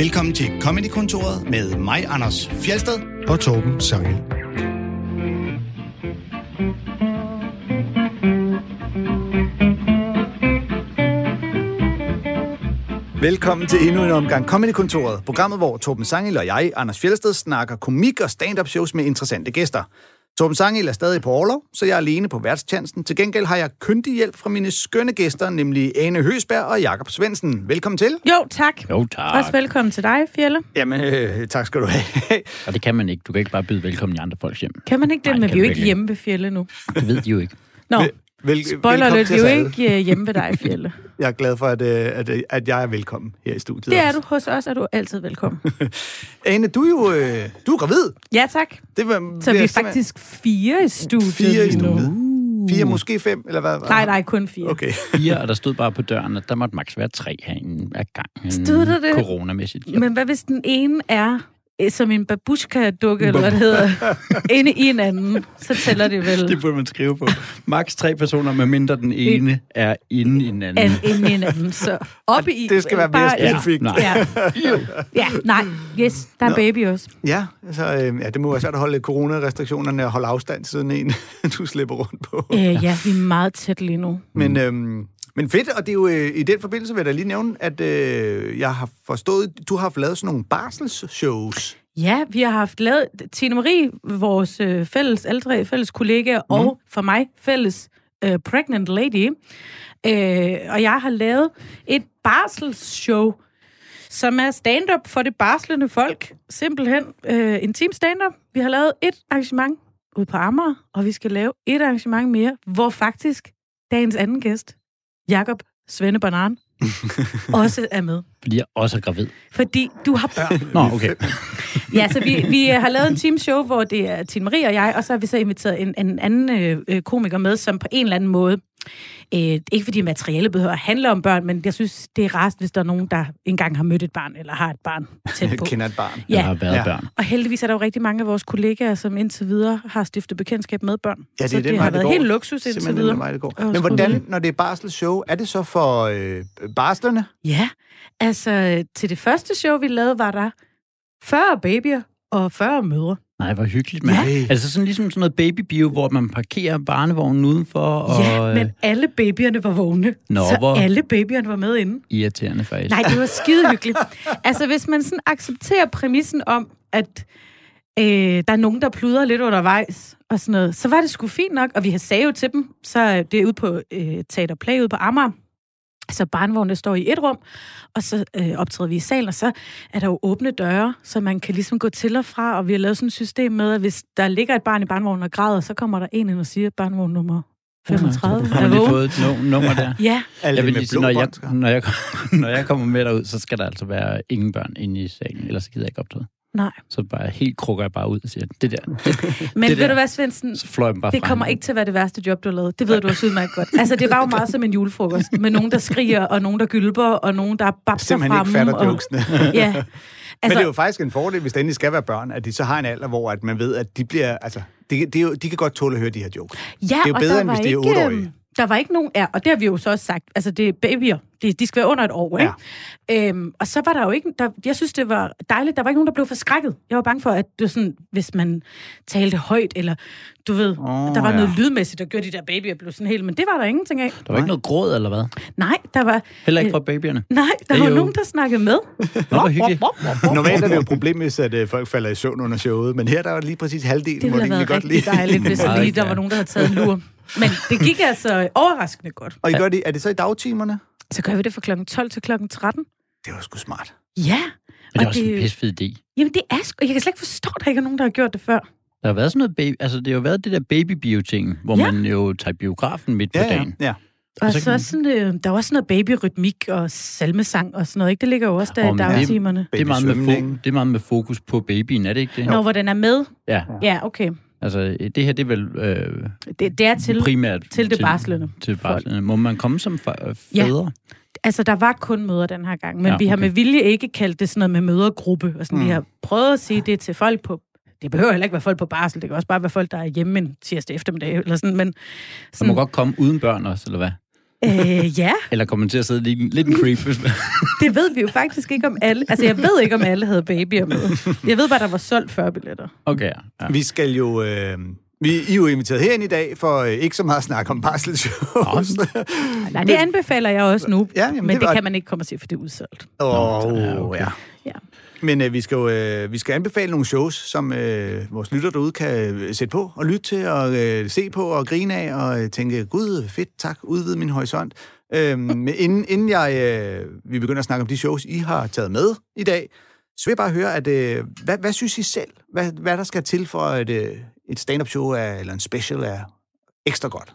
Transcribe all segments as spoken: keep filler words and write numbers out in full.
Velkommen til Comedy-kontoret med mig, Anders Fjeldsted og Torben Sangel. Velkommen til endnu en omgang Comedy-kontoret, programmet, hvor Torben Sangel og jeg, Anders Fjeldsted, snakker komik og stand-up shows med interessante gæster. Torben Sangel er stadig på orlov, så jeg er alene på værtstjansen. Til gengæld har jeg kyndig hjælp fra mine skønne gæster, nemlig Ane Høsberg og Jakob Svendsen. Velkommen til. Jo, tak. Jo, tak. Også velkommen til dig, Fjelle. Jamen, øh, tak skal du have. Og det kan man ikke. Du kan ikke bare byde velkommen i andre folks hjem. Kan man ikke det? Nej, Men vi er jo ikke ikke. hjemme ved Fjelle nu. Det ved de jo ikke. Nå, Vel, vel, spoiler lidt, vi er jo ikke hjemme ved dig, Fjelle. Jeg er glad for, at, at, at jeg er velkommen her i studiet. Det er også. du. Hos os er du altid velkommen. Ane, du er jo øh, du er gravid. Ja, tak. Det var, Så vi er faktisk fire i studiet. Fire i lige nu. studiet. Fire, måske fem, eller hvad? Nej, nej, kun fire. Okay. Fire, og der stod bare på døren, at der måtte maks være tre herinde af gang. Stod der det? Coronamæssigt. Ja. Men hvad hvis den ene er øh, som en babushka-dukke, eller hvad det hedder, inde i en anden, så tæller det vel. Det burde man skrive på. Maks tre personer, medmindre den ene er inde i den anden. An, inde i en anden, så op i... Det skal være mere bare- specifikt. Ja, Ja. ja, nej, yes, der er en baby også. Ja, altså, øh, ja, det må være svært at holde coronarestriktionerne og holde afstand siden en, du slipper rundt på. Øh, ja, vi er meget tæt lige nu. Men, øhm, men fedt, og det er jo øh, i den forbindelse vil jeg da lige nævne, at øh, jeg har forstået, du har haft lavet sådan nogle barselsshows. Ja, vi har haft lavet Tine Marie, vores øh, fælles ældre fælles kollega, mm. og for mig fælles øh, pregnant lady. Øh, og jeg har lavet et barselsshow, som er stand-up for det barslende folk. Simpelthen øh, en team stand-up. Vi har lavet et arrangement ude på Amager, og vi skal lave et arrangement mere, hvor faktisk dagens anden gæst, Jakob Svende Banan, også er med. Fordi jeg også er gravid. Fordi du har børn. Nå, okay. Ja, så vi, vi har lavet en teamshow, hvor det er Tine Marie og jeg, og så har vi så inviteret en, en anden øh, komiker med, som på en eller anden måde, øh, ikke fordi materialet behøver at handle om børn, men jeg synes, det er rart, hvis der er nogen, der engang har mødt et barn, eller har et barn tæt på. Kender et barn. Jeg Ja, har været Ja. børn. og heldigvis er der jo rigtig mange af vores kollegaer, som indtil videre har stiftet bekendtskab med børn. Ja, det så er den det vej, har det været går. helt luksus indtil Simpelthen videre. den vej, det går. Og Men sgu hvordan, det. når det er barselsshow, er det så for øh, barslerne? Ja, altså til det første show, vi lavede, var der fyrre babyer og fyrre mødre. Nej, hvor hyggeligt, mand. Ja. Altså sådan ligesom sådan noget babybio, hvor man parkerer barnevognen udenfor, og Ja, men alle babyerne var vågne. Nå, så hvor- alle babyerne var med inde. irriterende faktisk. Nej, det var skide hyggeligt. Altså, hvis man sådan accepterer præmissen om, at øh, der er nogen, der pluder lidt undervejs og sådan noget, så var det sgu fint nok. Og vi har sagde jo til dem, så det er ude på øh, Teater Play ude på Amager. Så barnevognene står i et rum, og så øh, optræder vi i salen, og så er der jo åbne døre, så man kan ligesom gå til og fra, og vi har lavet sådan et system med, at hvis der ligger et barn i barnevognen og græder, så kommer der en ind og siger, at barnevogn nummer femogtredive Har er man lige vågen. fået et no- nummer der? Ja, Alle Jeg vil med lige sige, blå når jeg, bånd, når, jeg, når jeg kommer med derud, så skal der altså være ingen børn inde i salen, ellers gider jeg ikke optræde. nej. Så bare helt krukker jeg bare ud og siger, det der, det, Men det ved der. du hvad, Svendsen? så fløj jeg bare Det fra kommer hende. ikke til at være det værste job, du har lavet. Det ved du også udmærket godt. Altså, det var jo meget som en julefrokost, med nogen, der skriger, og nogen, der gylper, og nogen, der babser Simpelthen ikke fremme. fatter og... jokesene. Ja. Altså, men det er jo faktisk en fordel, hvis det endelig skal være børn, at de så har en alder, hvor at man ved, at de bliver, altså, det, det er jo, de kan godt tåle at høre de her jokes. Ja, Det er jo og bedre, der end var hvis det er ikke, otteårige. øhm, Der var ikke nogen... Ja, og det har vi jo så også sagt. Altså, det er babyer. De, de skal være under et år, ikke? Ja. Øhm, og så var der jo ikke... Der, jeg synes, det var dejligt. Der var ikke nogen, der blev forskrækket. Jeg var bange for, at det sådan, hvis man talte højt, eller du ved, Oh, der var ja. noget lydmæssigt, der gjorde de der babyer blev sådan helt... Men det var der ingenting af. Der var ikke noget gråd, eller hvad? Nej, der var... Heller ikke øh, fra babyerne. Nej, der Det er var jo- nogen, der snakkede med. Nå, hvor hyggeligt. Normalt er det jo et problem, hvis at, øh, folk falder i søvn under showet, men her der var lige præcis halvdelen, Det hvor ville det have egentlig været godt rigtig lide. dejligt, hvis Meget lige der ja. var nogen, der havde taget en lur. Men det gik altså overraskende godt. Og I gør det, er det så i dagtimerne? Så gør vi det fra klokken tolv til klokken tretten. Det var sgu smart. Ja. Men det er og også en pisse fed idé. Jamen, det er sgu... Jeg kan slet ikke forstå, at der ikke er nogen, der har gjort det før. Der har været sådan noget baby, altså det har jo været det der babybio-ting, hvor Ja. man jo tager biografen midt på Ja, ja, dagen. ja. Og så så kan- sådan, øh, der er også sådan noget babyrytmik og salmesang og sådan noget, ikke? Det ligger jo også der Om i det- dagtimerne. Det er, meget med Babysvømning. fo- det er meget med fokus på babyen, er det ikke det? Når hvor den er med. Ja, Ja, okay. altså det her det er vel øh, Det, det er til... primært til det barslende Til barslende. Må man komme som fa- Ja. fædre? Altså, der var kun møder den her gang, men Ja, vi har okay. med vilje ikke kaldt det sådan noget med mødergruppe. Og sådan, mm. Vi har prøvet at sige det til folk på... Det behøver heller ikke være folk på barsel, det kan også bare være folk, der er hjemme en tirsdag eftermiddag, eller sådan, men... Så må godt komme uden børn også, eller hvad? Øh, ja. Eller kommer man til at sidde lidt, lidt en creep? Det ved vi jo faktisk ikke om alle. Altså, jeg ved ikke, om alle havde babyer med. Jeg ved bare, der var solgt fyrre billetter. Okay, ja. Vi skal jo... Øh, vi I er jo inviteret herind i dag, for øh, ikke så meget at snakke om barselsshows. Nej, det anbefaler jeg også nu. Ja, jamen, men det, det var... kan man ikke komme og se, for det er udsolgt. Åh, oh, ja, okay. ja. Ja. Men øh, vi, skal jo, øh, vi skal anbefale nogle shows, som øh, vores lytter derude kan sætte på og lytte til og øh, se på og grine af og øh, tænke, gud, fedt, tak, udvide min horisont. Øh, men inden, inden jeg, øh, vi begynder at snakke om de shows, I har taget med i dag, så vil jeg bare høre, at, øh, hvad, hvad synes I selv? Hvad, hvad der skal til for, at øh, et stand-up show er, eller en special er ekstra godt?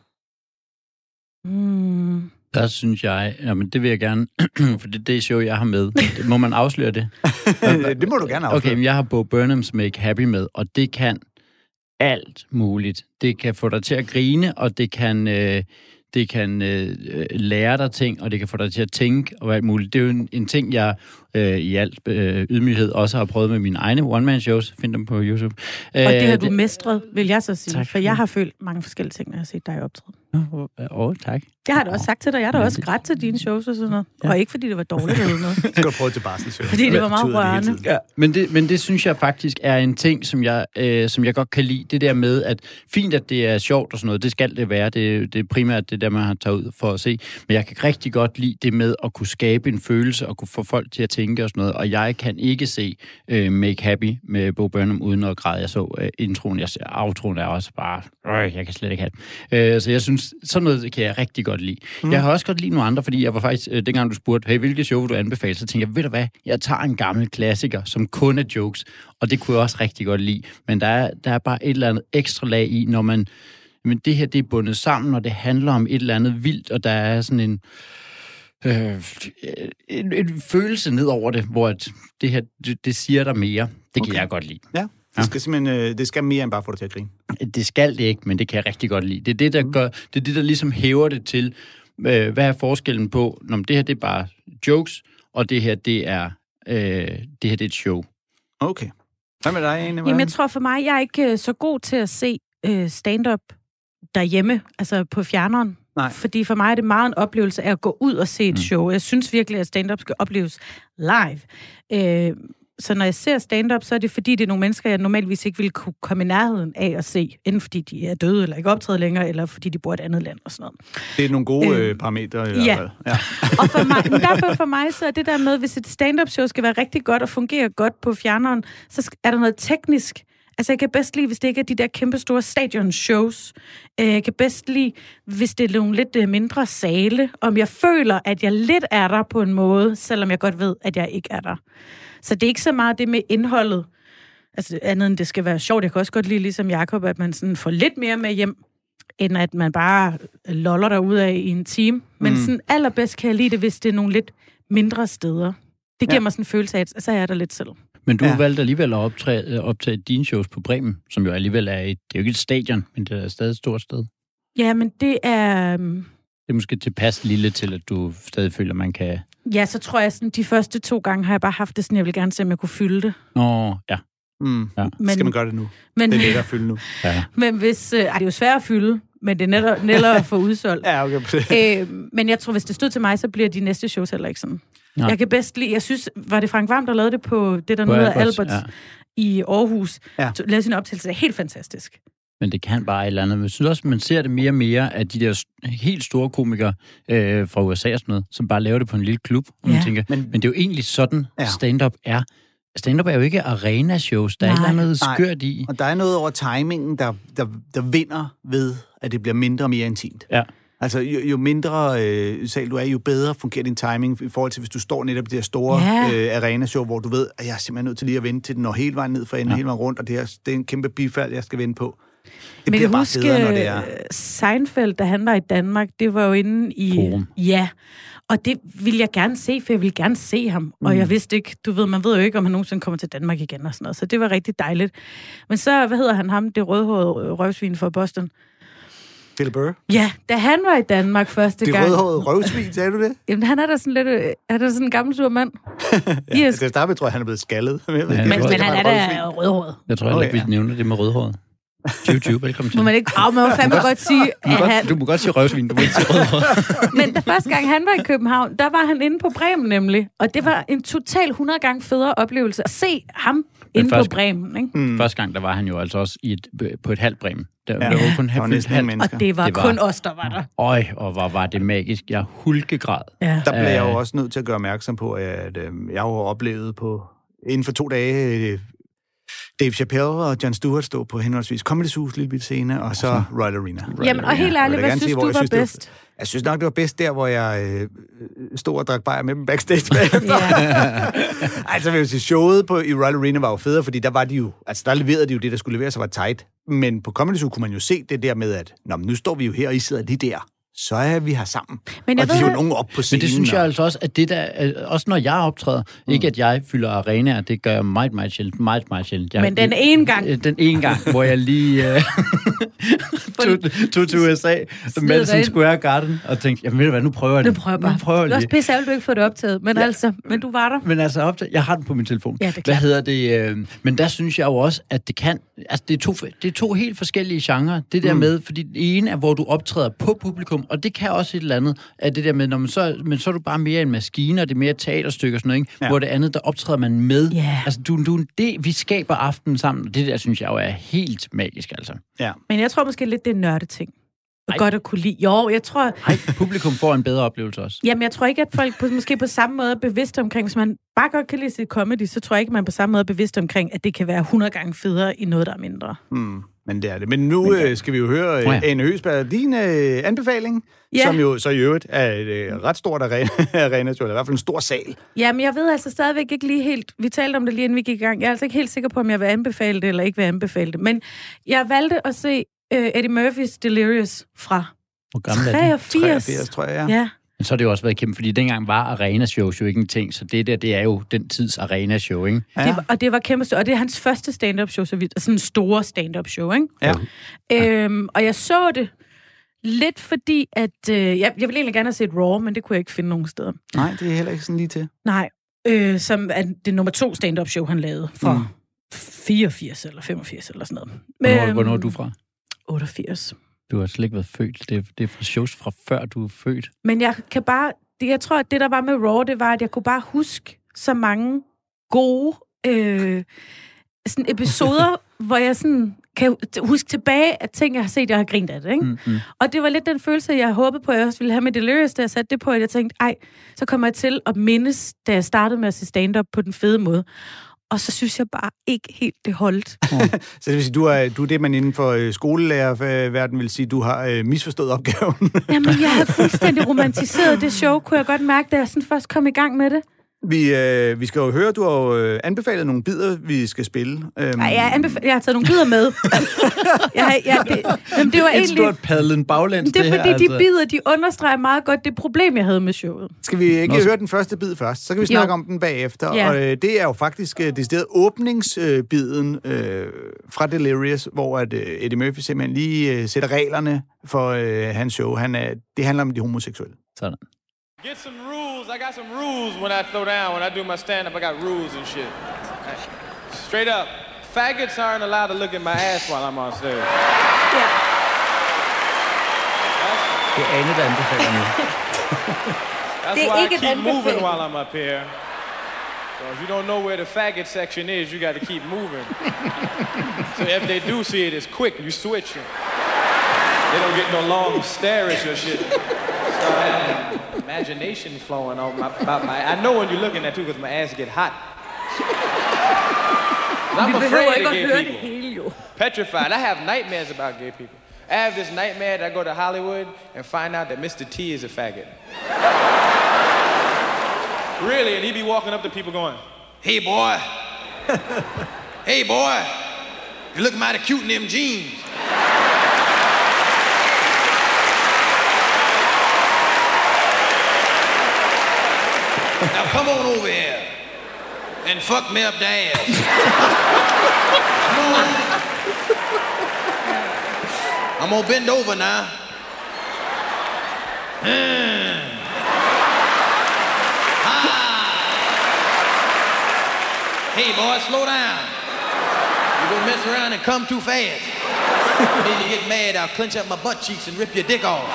Mm. Der synes jeg, jamen det vil jeg gerne, for det er det show, jeg har med. Det, må man afsløre det? Det må du gerne afsløre. Okay, men jeg har Bo Burnhams Make Happy med, og det kan alt muligt. Det kan få dig til at grine, og det kan, øh, det kan øh, lære dig ting, og det kan få dig til at tænke, og alt muligt. Det er jo en, en ting, jeg øh, i alt øh, ydmyghed også har prøvet med mine egne one-man-shows. Find dem på YouTube. Og det har øh, du mestret, vil jeg så sige. Tak. For jeg har følt mange forskellige ting, når jeg har set dig optræde. Åh, oh, tak. Jeg har da også sagt til dig, jeg har da også grædt til dine shows og sådan noget. Ja. Og ikke fordi det var dårligt eller noget. Skal du prøve til barselsshow? Fordi det var meget rørende. Ja, men det, men det synes jeg faktisk er en ting, som jeg, øh, som jeg godt kan lide. Det der med, at fint, at det er sjovt og sådan noget, det skal det være. Det, det er primært det der, man har taget ud for at se. Men jeg kan rigtig godt lide det med at kunne skabe en følelse og kunne få folk til at tænke og sådan noget. Og jeg kan ikke se øh, Make Happy med Bo Burnham uden at græde. Jeg så øh, introen, jeg ser outroen er også bare, øh, jeg kan slet ikke have det. Øh, så jeg synes, sådan noget kan jeg rigtig godt lide. Mm. Jeg har også godt lide nogle andre, fordi jeg var faktisk, øh, dengang du spurgte, hey, hvilke show vil du anbefale? Så tænkte jeg, ved du hvad, jeg tager en gammel klassiker, som kun er jokes, og det kunne jeg også rigtig godt lide. Men der er, der er bare et eller andet ekstra lag i, når man, men det her, det er bundet sammen, og det handler om et eller andet vildt, og der er sådan en, øh, en, en følelse ned over det, hvor at det her, det, det siger der mere. Det kan okay. jeg godt lide. Ja. Det skal simpelthen, øh, det skal mere end bare få dig til at grine. Det skal det ikke, men det kan jeg rigtig godt lide. Det er det, der, gør, det, er det, der ligesom hæver det til, øh, hvad er forskellen på, når det her det er bare jokes, og det her det er, øh, det her det er et show. Okay. Hvad med dig, Ane? Jamen, jeg tror for mig, jeg er ikke øh, så god til at se øh, stand-up derhjemme, altså på fjerneren. Nej. Fordi for mig er det meget en oplevelse af at gå ud og se et Mm. show. Jeg synes virkelig, at stand-up skal opleves live. Øh, Så når jeg ser stand-up, så er det fordi, det er nogle mennesker, jeg normalvis ikke ville kunne komme i nærheden af at se, enten fordi de er døde eller ikke optræder længere, eller fordi de bor i et andet land og sådan noget. Det er nogle gode øh, parametre i hvert ja. fald. Ja. Og for mig, men derfor for mig, så er det der med, hvis et stand-up-show skal være rigtig godt og fungere godt på fjerneren, så er der noget teknisk. Altså, jeg kan bedst lide, hvis det ikke er de der kæmpe store stadion-shows. Jeg kan bedst lide, hvis det er nogle lidt mindre sale, om jeg føler, at jeg lidt er der på en måde, selvom jeg godt ved, at jeg ikke er der. Så det er ikke så meget det med indholdet, altså andet end det skal være sjovt. Jeg kan også godt lide, ligesom Jacob, at man sådan får lidt mere med hjem, end at man bare loller derud af i en time. Men mm. sådan allerbedst kan jeg lide det, hvis det er nogle lidt mindre steder. Det giver ja. mig sådan en følelse af, at så er jeg der lidt selv. Men du ja. valgte alligevel at optage, optage dine shows på Bremen, som jo alligevel er et, det er jo ikke et stadion, men det er stadig et stort sted. Ja, men det er... Det er måske tilpas lille til, at du stadig føler, man kan... Ja, så tror jeg, sådan de første to gange har jeg bare haft det sådan, jeg vil gerne se, om jeg kunne fylde det. Åh, ja. Mm. ja. Men, skal man gøre det nu? Men, det er lettere at fylde nu. Ja. Men hvis... Øh, ej, det er jo svært at fylde, men det er netop, netop at få udsolgt. Ja, okay. øh, men jeg tror, hvis det stod til mig, så bliver de næste shows heller ikke sådan. Ja. Jeg kan bedst lide... Jeg synes, var det Frank Hvam, der lavede det på det, der nu hedder Alberts, Alberts ja. i Aarhus. Ja. Lavede sin optagelse. Det er helt fantastisk. Men det kan bare et eller andet. Jeg synes også, man ser det mere og mere af de der helt store komikere øh, fra U S A og sådan noget, som bare laver det på en lille klub. Og ja. man tænker, men, men det er jo egentlig sådan, ja. stand-up er. Stand-up er jo ikke arena-shows. Der nej, er et eller andet skørt i. Og der er noget over timingen, der, der, der vinder ved, at det bliver mindre og mere intimt. Ja. Altså, jo, jo mindre øh, sal du er, jo bedre fungerer din timing i forhold til, hvis du står netop i det her store ja. øh, arena-show, hvor du ved, at jeg er simpelthen nødt til lige at vente til den når hele vejen ned for enden, ja. hele vejen rundt, og det, her, det er en kæmpe bifald, jeg skal vente på. Det Men bliver bare huske, federe, når det er... Seinfeld, da han var i Danmark, det var jo inde i... Forum. Ja, og det ville jeg gerne se, for jeg ville gerne se ham. Mm. Og jeg vidste ikke, du ved, man ved jo ikke, om han nogensinde kommer til Danmark igen og sådan noget. Så det var rigtig dejligt. Men så, hvad hedder han ham, det rødhårede røvsvin fra Boston? Bill Burr? Ja, da han var i Danmark første det gang... Det rødhårede røvsvin, sagde du det? Jamen, han er da sådan lidt... Er der sådan en gammel sur mand? ja, yes. Det startede, tror jeg, han er blevet skaldet. Men, men, men han er da rødhåret. Jeg tror, at okay, vi nævner det med rødhåret. tyve tyve, velkommen til. Må man ikke... Åh, man må fandme godt sige, Du må, at godt, han... du må godt sige røvsvin, du må ikke sige rødhåret. Men da første gang han var i København, der var han inde på Bremen nemlig. Og det var en total hundrede gange federe oplevelse at se ham inde på Bremen. Ikke? Mm. Første gang, der var han jo altså også i et, på et halvt Bremen. Der, Ja, der var kun der var næsten halvt. mennesker. Og det var, det var kun os, der var der. Øj, og hvor var det magisk. Jeg hulkegræd. Ja. Der blev jeg jo også nødt til at gøre opmærksom på, at øh, jeg har oplevet på inden for to dage øh, Dave Chappelle og Jon Stewart stod på henholdsvis Comedy Zoo's lille bitte scene, og så Royal Arena. Jamen, og helt ærligt, hvad synes du var synes, bedst? Det var, jeg synes nok, det var bedst der, hvor jeg øh, stod og drak bajer med dem backstage bagefter. Ja. Altså, vil jeg sige, showet på, i Royal Arena var jo federe, fordi der var de jo, altså der leverede de jo det, der skulle leveres, og var tight. Men på Comedy Zoo kunne man jo se det der med, at nå, nu står vi jo her, og I sidder lige der. Så er vi her sammen. Men og de er jo nogen op på scenen. Men det synes jeg altså også, at det der, også når jeg optræder, mm. ikke at jeg fylder arenaer, det gør jeg meget, meget sjældent, meget, meget sjældent. Jeg, Men den ene gang. Den ene gang, hvor jeg lige uh, tog, tog til U S A, Madison Square Garden, og tænkte, jamen ved du hvad, nu prøver jeg det. Nu prøver jeg bare. Nu prøver jeg det er også pisse ærgerligt, du ikke får det optaget, men ja. altså, men du var der. Men altså, optaget, jeg har den på min telefon. Ja, det er hvad hedder det? Øh, men der synes jeg jo også, at det kan, altså det er to, det er to helt forskellige genrer. Det der mm. med, fordi det ene er, hvor du optræder på publikum, og det kan også et eller andet, at det der med, når man så, men så er du bare mere en maskine, og det er mere teaterstykke og sådan noget, ikke? Ja. Hvor det andet, der optræder man med. Yeah. Altså, du, du, det, vi skaber aftenen sammen, og det der, synes jeg jo er helt magisk, altså. Ja. Men jeg tror måske lidt, det er nørdeting. Og godt at kunne lide. Jo, jeg tror... Ej, publikum får en bedre oplevelse også. Jamen, jeg tror ikke, at folk på, måske på samme måde er bevidste omkring, hvis man bare godt kan lide sit comedy, så tror jeg ikke, man på samme måde er bevidst omkring, at det kan være hundrede gange federe i noget, der er mindre. Hmm. Men det er det. Men nu øh, skal vi jo høre øh, oh, ja. Ane Høgsberg, din øh, anbefaling, ja. Som jo så i øvrigt er et øh, ret stort arena, arena eller i hvert fald en stor sal. Jamen, jeg ved altså stadigvæk ikke lige helt... Vi talte om det lige inden vi gik i gang. Jeg er altså ikke helt sikker på, om jeg vil anbefale det eller ikke vil anbefale det. Men jeg valgte at se øh, Eddie Murphys Delirious fra treogfirs. treogfirs, tror jeg, ja. ja. Men så har det jo også været kæmpe, fordi dengang var arena-shows jo ikke en ting, så det der, det er jo den tids arena-show, ikke? Ja. Det, og det var kæmpe stort, og det er hans første stand-up-show, så vidt, sådan en store stand-up-show, ikke? Ja. Øhm, og jeg så det lidt fordi, at... Øh, jeg, jeg ville egentlig gerne have set Raw, men det kunne jeg ikke finde nogen steder. Nej, det er heller ikke sådan lige til. Nej, øh, som er det nummer to stand-up-show, han lavede fra mm. fireogfirs eller femogfirs eller sådan noget. Hvornår, Men, hvornår er du fra? otteogfirs. Du har slet ikke været født. Det er, det er fra shows fra før, du er født. Men jeg kan bare... Det, jeg tror, at det, der var med Raw, det var, at jeg kunne bare huske så mange gode øh, sådan episoder, hvor jeg sådan kan huske tilbage af ting, jeg har set, jeg har grint af det, ikke? Mm-hmm. Og det var lidt den følelse, jeg håbede på, at jeg også ville have med Delirious, da jeg satte det på, at jeg tænkte, ej, så kommer jeg til at mindes, da jeg startede med at se stand-up på den fede måde. Og så synes jeg bare ikke helt, det holdt. Ja. Så det vil sige, du er, du er det, man inden for skolelærerverden vil sige, du har øh, misforstået opgaven. Jamen, jeg havde fuldstændig romantiseret det show, kunne jeg godt mærke, da jeg sådan først kom i gang med det. Vi, øh, vi skal jo høre, du har jo anbefalet nogle bidder, vi skal spille. Nej, jeg, anbef- jeg har taget nogle bidder med. jeg, jeg, det, jamen, det var Et egentlig, stort padlen baglæns, det er det fordi, her, altså. de bidder, de understreger meget godt det problem, jeg havde med showet. Skal vi ikke Nå, høre den første bid først? Så kan vi snakke jo. om den bagefter. Ja. Og øh, det er jo faktisk øh, det sted åbningsbiden øh, fra Delirious, hvor at, øh, Eddie Murphy simpelthen lige øh, sætter reglerne for øh, hans show. Han er, det handler om de homoseksuelle. Sådan. Get some rules. I got some rules when I throw down. When I do my stand-up, I got rules and shit. Straight up. Faggots aren't allowed to look at my ass while I'm on stage. Ja. Det er Ane, der anbefaler nu. That's Det er why I ikke et keep moving anbefaling. while I'm up here. So if you don't know where the faggot section is, you got to keep moving. So if they do see it, it's quick. You switch them. They don't get no long stare at your shit. Start having imagination flowing on my, about my... I know when you're looking at too, because my ass get hot. I'm afraid of gay people. Petrified. I have nightmares about gay people. I have this nightmare that I go to Hollywood and find out that Mister T is a faggot. Really, and he be walking up to people going, "Hey boy, hey boy, you look mighty cute in them jeans." Now come on over here and fuck me up the ass. Come on. I'm gonna bend over now. Mm. Ah. Hey boy, slow down. You You go mess around and come too fast. Then you get mad, I'll clench up my butt cheeks and rip your dick off.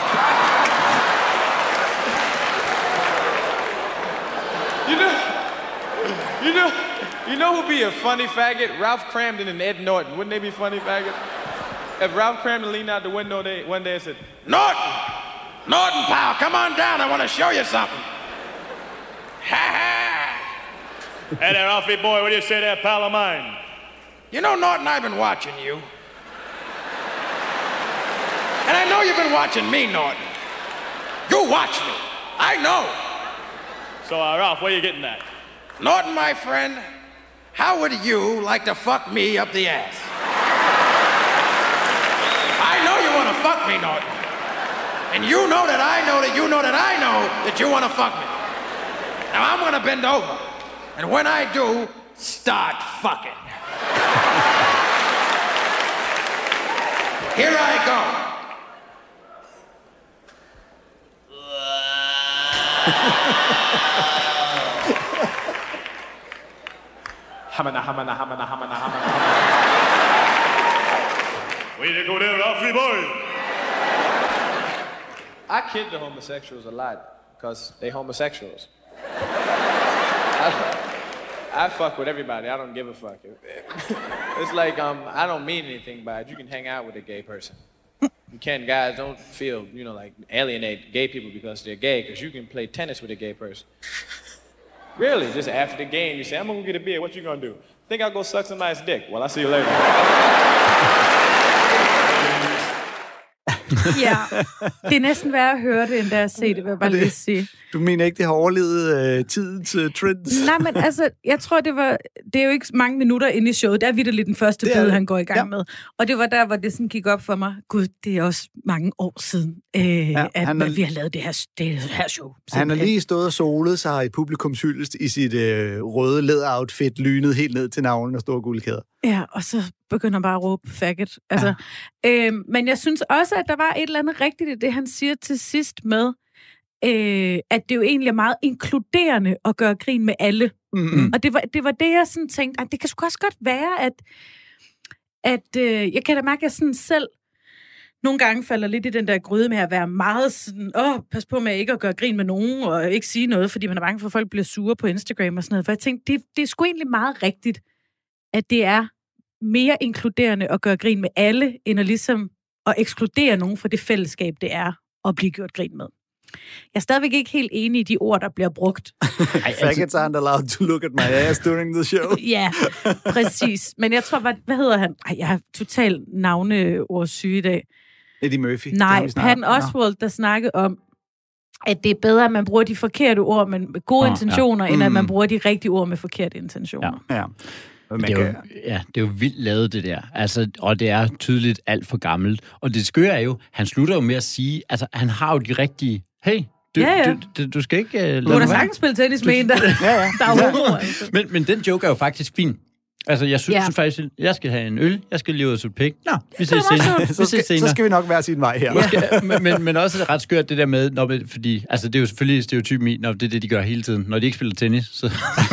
You know, you know, you know who'd be a funny faggot? Ralph Cramden and Ed Norton. Wouldn't they be funny faggots? If Ralph Cramden leaned out the window day, one day and said, Norton! Norton, pal, come on down. I want to show you something. Ha ha! Hey there, Alfie boy, what do you say there, pal of mine? You know, Norton, I've been watching you. And I know you've been watching me, Norton. You watch me. I know. So, uh, Ralph, where are you getting at? Norton, my friend, how would you like to fuck me up the ass? I know you want to fuck me, Norton. And you know that I know that you know that I know that you want to fuck me. Now I'm going to bend over. And when I do, start fucking. Here I go. hamana, hamana, hamana, hamana, hamana. Way to go there, Alfie boy. I kid the homosexuals a lot because they homosexuals. I, I fuck with everybody. I don't give a fuck. It's like um, I don't mean anything by it. You can hang out with a gay person. You can, guys, don't feel, you know, like alienate gay people because they're gay, because you can play tennis with a gay person. Really, just after the game, you say, I'm gonna go get a beer, what you gonna do? Think I'll go suck somebody's dick? Well, I'll see you later. Ja, det er næsten værd at høre det, end da at se det, vil jeg bare lige sige. Du mener ikke, det har overlevet uh, tidens uh, trends? Nej, men altså, jeg tror, det var... Det er jo ikke mange minutter inde i showet. Det er vitterligt den første bid, han går i gang ja. med. Og det var der, hvor det sådan gik op for mig. Gud, det er også mange år siden, øh, ja, at er, vi har lavet det her, det her show. Simpelthen. Han har lige stået og solet sig i publikums hyldest i sit øh, røde læderoutfit, lynet helt ned til navlen og store guldkæder. Ja, og så begynder bare at råbe faggot. Altså, ja. øh, men jeg synes også, at der var et eller andet rigtigt i det, han siger til sidst med, øh, at det jo egentlig er meget inkluderende at gøre grin med alle. Mm-hmm. Og det var, det var det, jeg sådan tænkte, at det kan sgu også godt være, at, at øh, jeg kan da mærke, at jeg sådan selv nogle gange falder lidt i den der gryde med at være meget sådan, åh, pas på med ikke at gøre grin med nogen, og ikke sige noget, fordi man er bange for, at folk bliver sure på Instagram og sådan noget. For jeg tænkte, det, det er sgu egentlig meget rigtigt, at det er mere inkluderende at gøre grin med alle, end at ligesom at ekskludere nogen fra det fællesskab, det er at blive gjort grin med. Jeg er stadigvæk ikke helt enig i de ord, der bliver brugt. Faggots aren't allowed to look at my ass during the show. Ja, præcis. Men jeg tror, hvad, hvad hedder han? Ej, jeg har totalt navneordsyge i dag. Eddie Murphy. Nej, Patton Oswalt, der snakkede om, at det er bedre, at man bruger de forkerte ord med gode oh, intentioner, ja. end at man bruger de rigtige ord med forkerte intentioner. Ja, ja. Det er, jo, ja, det er jo vildt lavet, det der. Altså, og det er tydeligt alt for gammelt. Og det skøre er jo, han slutter jo med at sige, altså, han har jo de rigtige, hey, du, ja, ja. du, du, du skal ikke... Uh, lade du har da sagtens spille tennis med en, der, ja, ja. der er humor. Altså. Men, men den joke er jo faktisk fin. Altså, jeg synes ja. faktisk, jeg skal have en øl, jeg skal lige ud og sutte pik. Nå, vi ses senere. så, skal, så skal vi nok være sin vej her. Ja. men, men, men også ret skørt det der med, når, fordi, altså det er jo selvfølgelig stereotypen i, når det er det, de gør hele tiden. Når de ikke spiller tennis, så...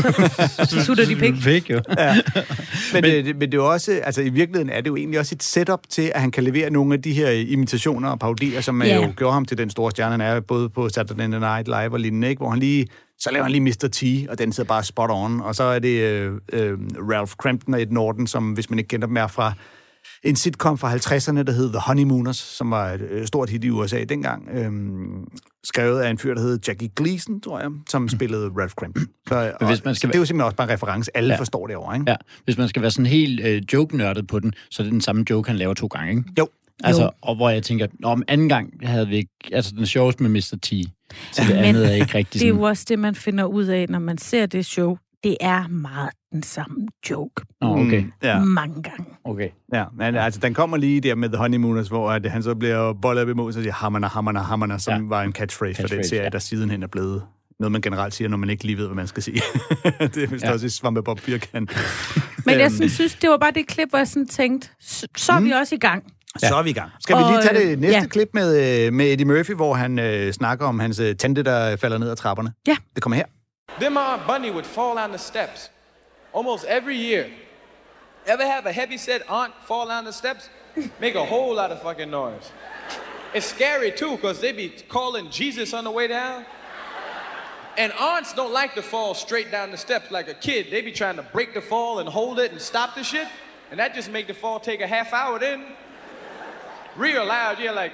så sutter de pik. Pik, jo. Ja. Men, men, det, men det er jo også, altså i virkeligheden er det jo egentlig også et setup til, at han kan levere nogle af de her imitationer og parodier, som yeah. jo gjorde ham til den store stjerne, han er både på Saturday Night Live og lignende, ikke? Hvor han lige... Så laver han lige mister T, og den sidder bare spot on. Og så er det øh, øh, Ralph Cramden og Ed Norton, som, hvis man ikke kender dem, er fra en sitcom fra halvtredserne, der hed The Honeymooners, som var et øh, stort hit i U S A dengang. Øh, skrevet af en fyr, der hed Jackie Gleason, tror jeg, som mm. spillede Ralph Cramden. Så, og, hvis man skal så det er jo simpelthen også bare en reference. Alle ja. forstår det over, ikke? Ja, hvis man skal være sådan helt øh, joke-nørdet på den, så er det den samme joke, han laver to gange, ikke? Jo. Altså, jo. Og hvor jeg tænker, om anden gang havde vi ikke... Altså, den sjoveste med mister T. Så det andet er ikke rigtig sådan... Det er jo også det, man finder ud af, når man ser det show. Det er meget den samme joke. Oh, okay. Mm, ja. Mange gange. Okay. Ja, men altså, den kommer lige der med The Honeymooners, hvor at han så bliver bollet op imod, så siger hammerne, hammerne, hammerne, som ja. var en catchphrase, catchphrase for den serie, ja. der sidenhen er blevet noget, man generelt siger, når man ikke lige ved, hvad man skal sige. Det er vist ja. også i Svampebob firkant. Men jeg sådan, synes, det var bare det klip, hvor jeg sådan tænkte, så, så er mm. vi også i gang. Ja. Så er vi i gang. Skal vi lige tage det næste ja. klip med, med Eddie Murphy, hvor han øh, snakker om hans øh, tante, der falder ned ad trapperne? Ja. Det kommer her. Then my bunny would fall down the steps almost every year. Ever have a heavy-set aunt fall down the steps? Make a whole lot of fucking noise. It's scary, too, because they be calling Jesus on the way down. And aunts don't like to fall straight down the steps like a kid. They be trying to break the fall and hold it and stop the shit. And that just make the fall take a half hour then. Real loud, you're like...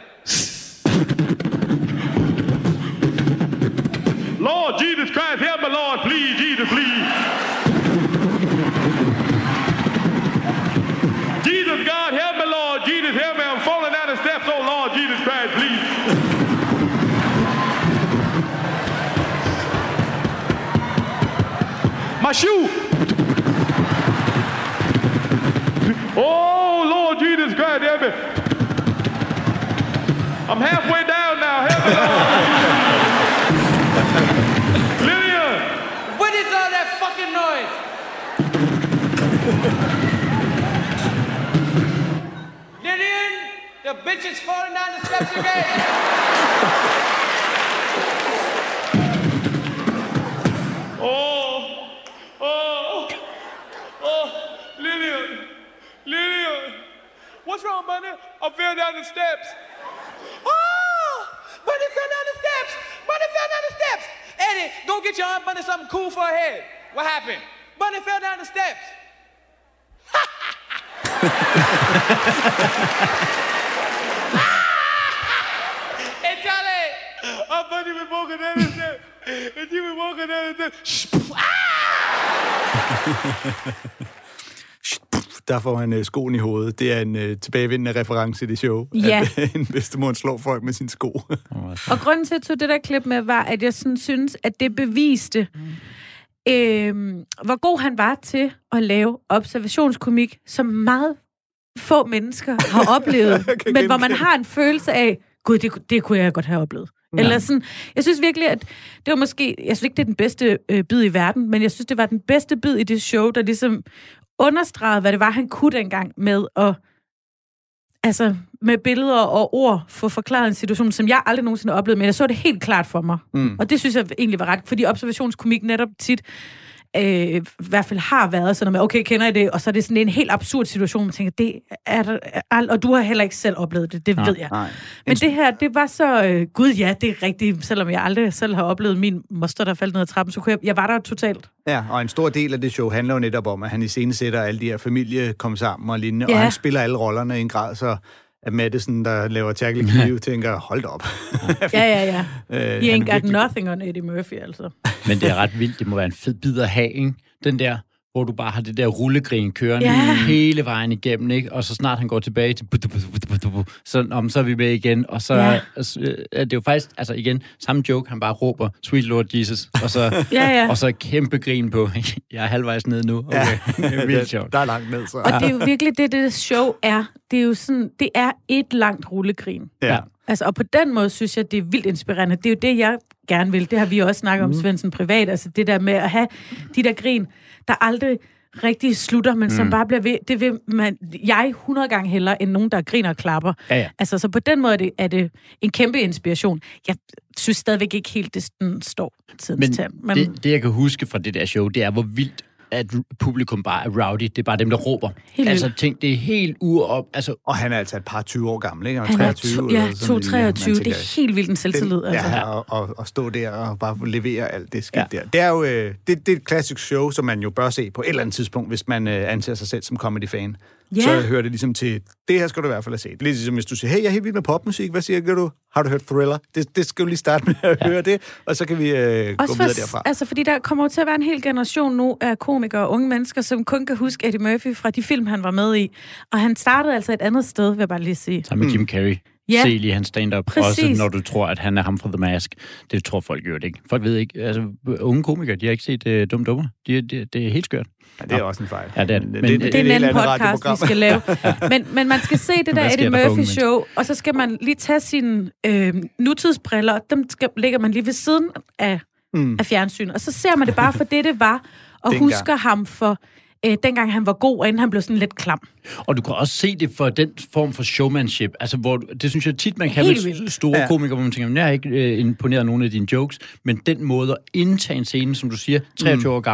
Lord Jesus Christ, help me, Lord, please, Jesus, please. Jesus, God, help me, Lord, Jesus, help me. I'm falling down the steps, oh Lord, Jesus Christ, please. My shoe. Oh, Lord Jesus Christ, help me. I'm halfway down now, help me, Lord. Lillian! What is all that fucking noise? Lillian, the bitch is falling down the steps again. Oh, oh, oh, Lillian, Lillian, what's wrong, Bunny? I fell down the steps. Oh, Bunny fell down the steps. Bunny fell down the steps. Eddie, go get your Aunt Bunny something cool for her head. What happened? Bunny fell down the steps. Hey, Charlie, Aunt Bunny was walking down the steps, and she was walking down the steps. Der får han uh, skoen i hovedet. Det er en uh, tilbagevendende reference i det show. Ja. At en bedstemor slår folk med sin sko. Og grunden til, at jeg tog det der klip med, var, at jeg sådan synes, at det beviste, øh, hvor god han var til at lave observationskomik, som meget få mennesker har oplevet, men hvor man har en følelse af, gud, det, det kunne jeg godt have oplevet. Ja. Eller sådan, jeg synes virkelig, at det var måske, jeg synes ikke, det er den bedste øh, bid i verden, men jeg synes, det var den bedste bid i det show, der ligesom understregede, hvad det var, han kunne dengang med at, altså, med billeder og ord få forklaret en situation, som jeg aldrig nogensinde har oplevet, men jeg så det helt klart for mig. Mm. Og det synes jeg egentlig var ret, fordi observationskomik netop tit øh, i hvert fald har været sådan noget med, okay, kender I det? Og så er det sådan en helt absurd situation, man tænker, det er der, og du har heller ikke selv oplevet det, det nej, ved jeg. Nej. Men det her, det var så, øh, gud ja, det er rigtigt, selvom jeg aldrig selv har oplevet min moster, der faldt ned ad trappen, så kunne jeg, jeg var der totalt. Ja, og en stor del af det show handler jo netop om, at han iscenesætter alle de her familie kom sammen og lignende, ja. Og han spiller alle rollerne i en grad, så at Madison, der laver Tackle Knive, tænker, hold da op. ja, ja, ja. He ain't got virkelig... nothing on Eddie Murphy, altså. Men det er ret vildt. Det må være en fed bid at have, ikke? Den der, hvor du bare har det der rullegrin kørende ja. hele vejen igennem, ikke? Og så snart han går tilbage til så, om, så er vi med igen, og så ja. er det jo faktisk, altså igen, samme joke, han bare råber, Sweet Lord Jesus, og så, ja, ja. og så kæmpe grin på, jeg er halvvejs ned nu. Okay. Ja. Det er vildt sjovt. Der er langt ned, så. Og det er jo virkelig det, det show er. Det er jo sådan, det er et langt rullegrin. Ja. Altså, og på den måde synes jeg, det er vildt inspirerende. Det er jo det, jeg gerne vil. Det har vi også snakket om, mm. Svendsen, privat. Altså det der med at have de der grin, der aldrig rigtig slutter, men mm. som bare bliver ved. Det vil man, jeg hundrede gange hellere, end nogen, der griner og klapper. Ja, ja. Altså, så på den måde er det, er det en kæmpe inspiration. Jeg synes stadigvæk ikke helt, det den står tidens men, men det, det, jeg kan huske fra det der show, det er, hvor vildt at publikum bare er rowdy. Det er bare dem, der råber. Helt altså, tænk, det er helt uop... Altså, og han er altså et par tyve år gammel, ikke? Han, han treogtyve. Er to, ja, to treogtyve. Det er helt vildt en selvtillid. Den, altså. Ja, og, og, og stå der og bare levere alt det skidt ja. der. Det er jo øh, det, det er et klassisk show, som man jo bør se på et eller andet tidspunkt, hvis man øh, anser sig selv som comedy-fan. Ja. Så hører det ligesom til, det her skal du i hvert fald have set. Lidt ligesom hvis du siger, hey, jeg er helt vild med popmusik, hvad siger du? Har du hørt Thriller? Det, det skal du lige starte med at ja. høre det, og så kan vi øh, gå videre derfra. Altså, fordi der kommer til at være en hel generation nu af komikere og unge mennesker, som kun kan huske Eddie Murphy fra de film, han var med i. Og han startede altså et andet sted, vil jeg bare lige sige. Sammen med Jim Carrey. Ja. Se lige hans stand-up, præcis. Også når du tror, at han er ham fra The Mask. Det tror folk jo ikke. Folk ved ikke. Altså, unge komikere, de har ikke set uh, Dum Dummer. De, de, det er helt skørt. Ja, det er også en fejl. Ja, det er, men, men, det, det, det er en anden podcast, vi skal lave. men, men man skal se det der Eddie Murphy-show, og så skal man lige tage sine øh, nutidsbriller, dem skal, lægger man lige ved siden af, mm. af fjernsynet, og så ser man det bare for det, det var, og dengang. Husker ham for... Øh, dengang han var god, og inden han blev sådan lidt klam. Og du kan også se det for den form for showmanship, altså hvor, det synes jeg tit, man kan med store ja. komikere, hvor man tænker, jeg er ikke øh, imponeret af nogle af dine jokes, men den måde at indtage en scene, som du siger, treogtyve mm. år gammel,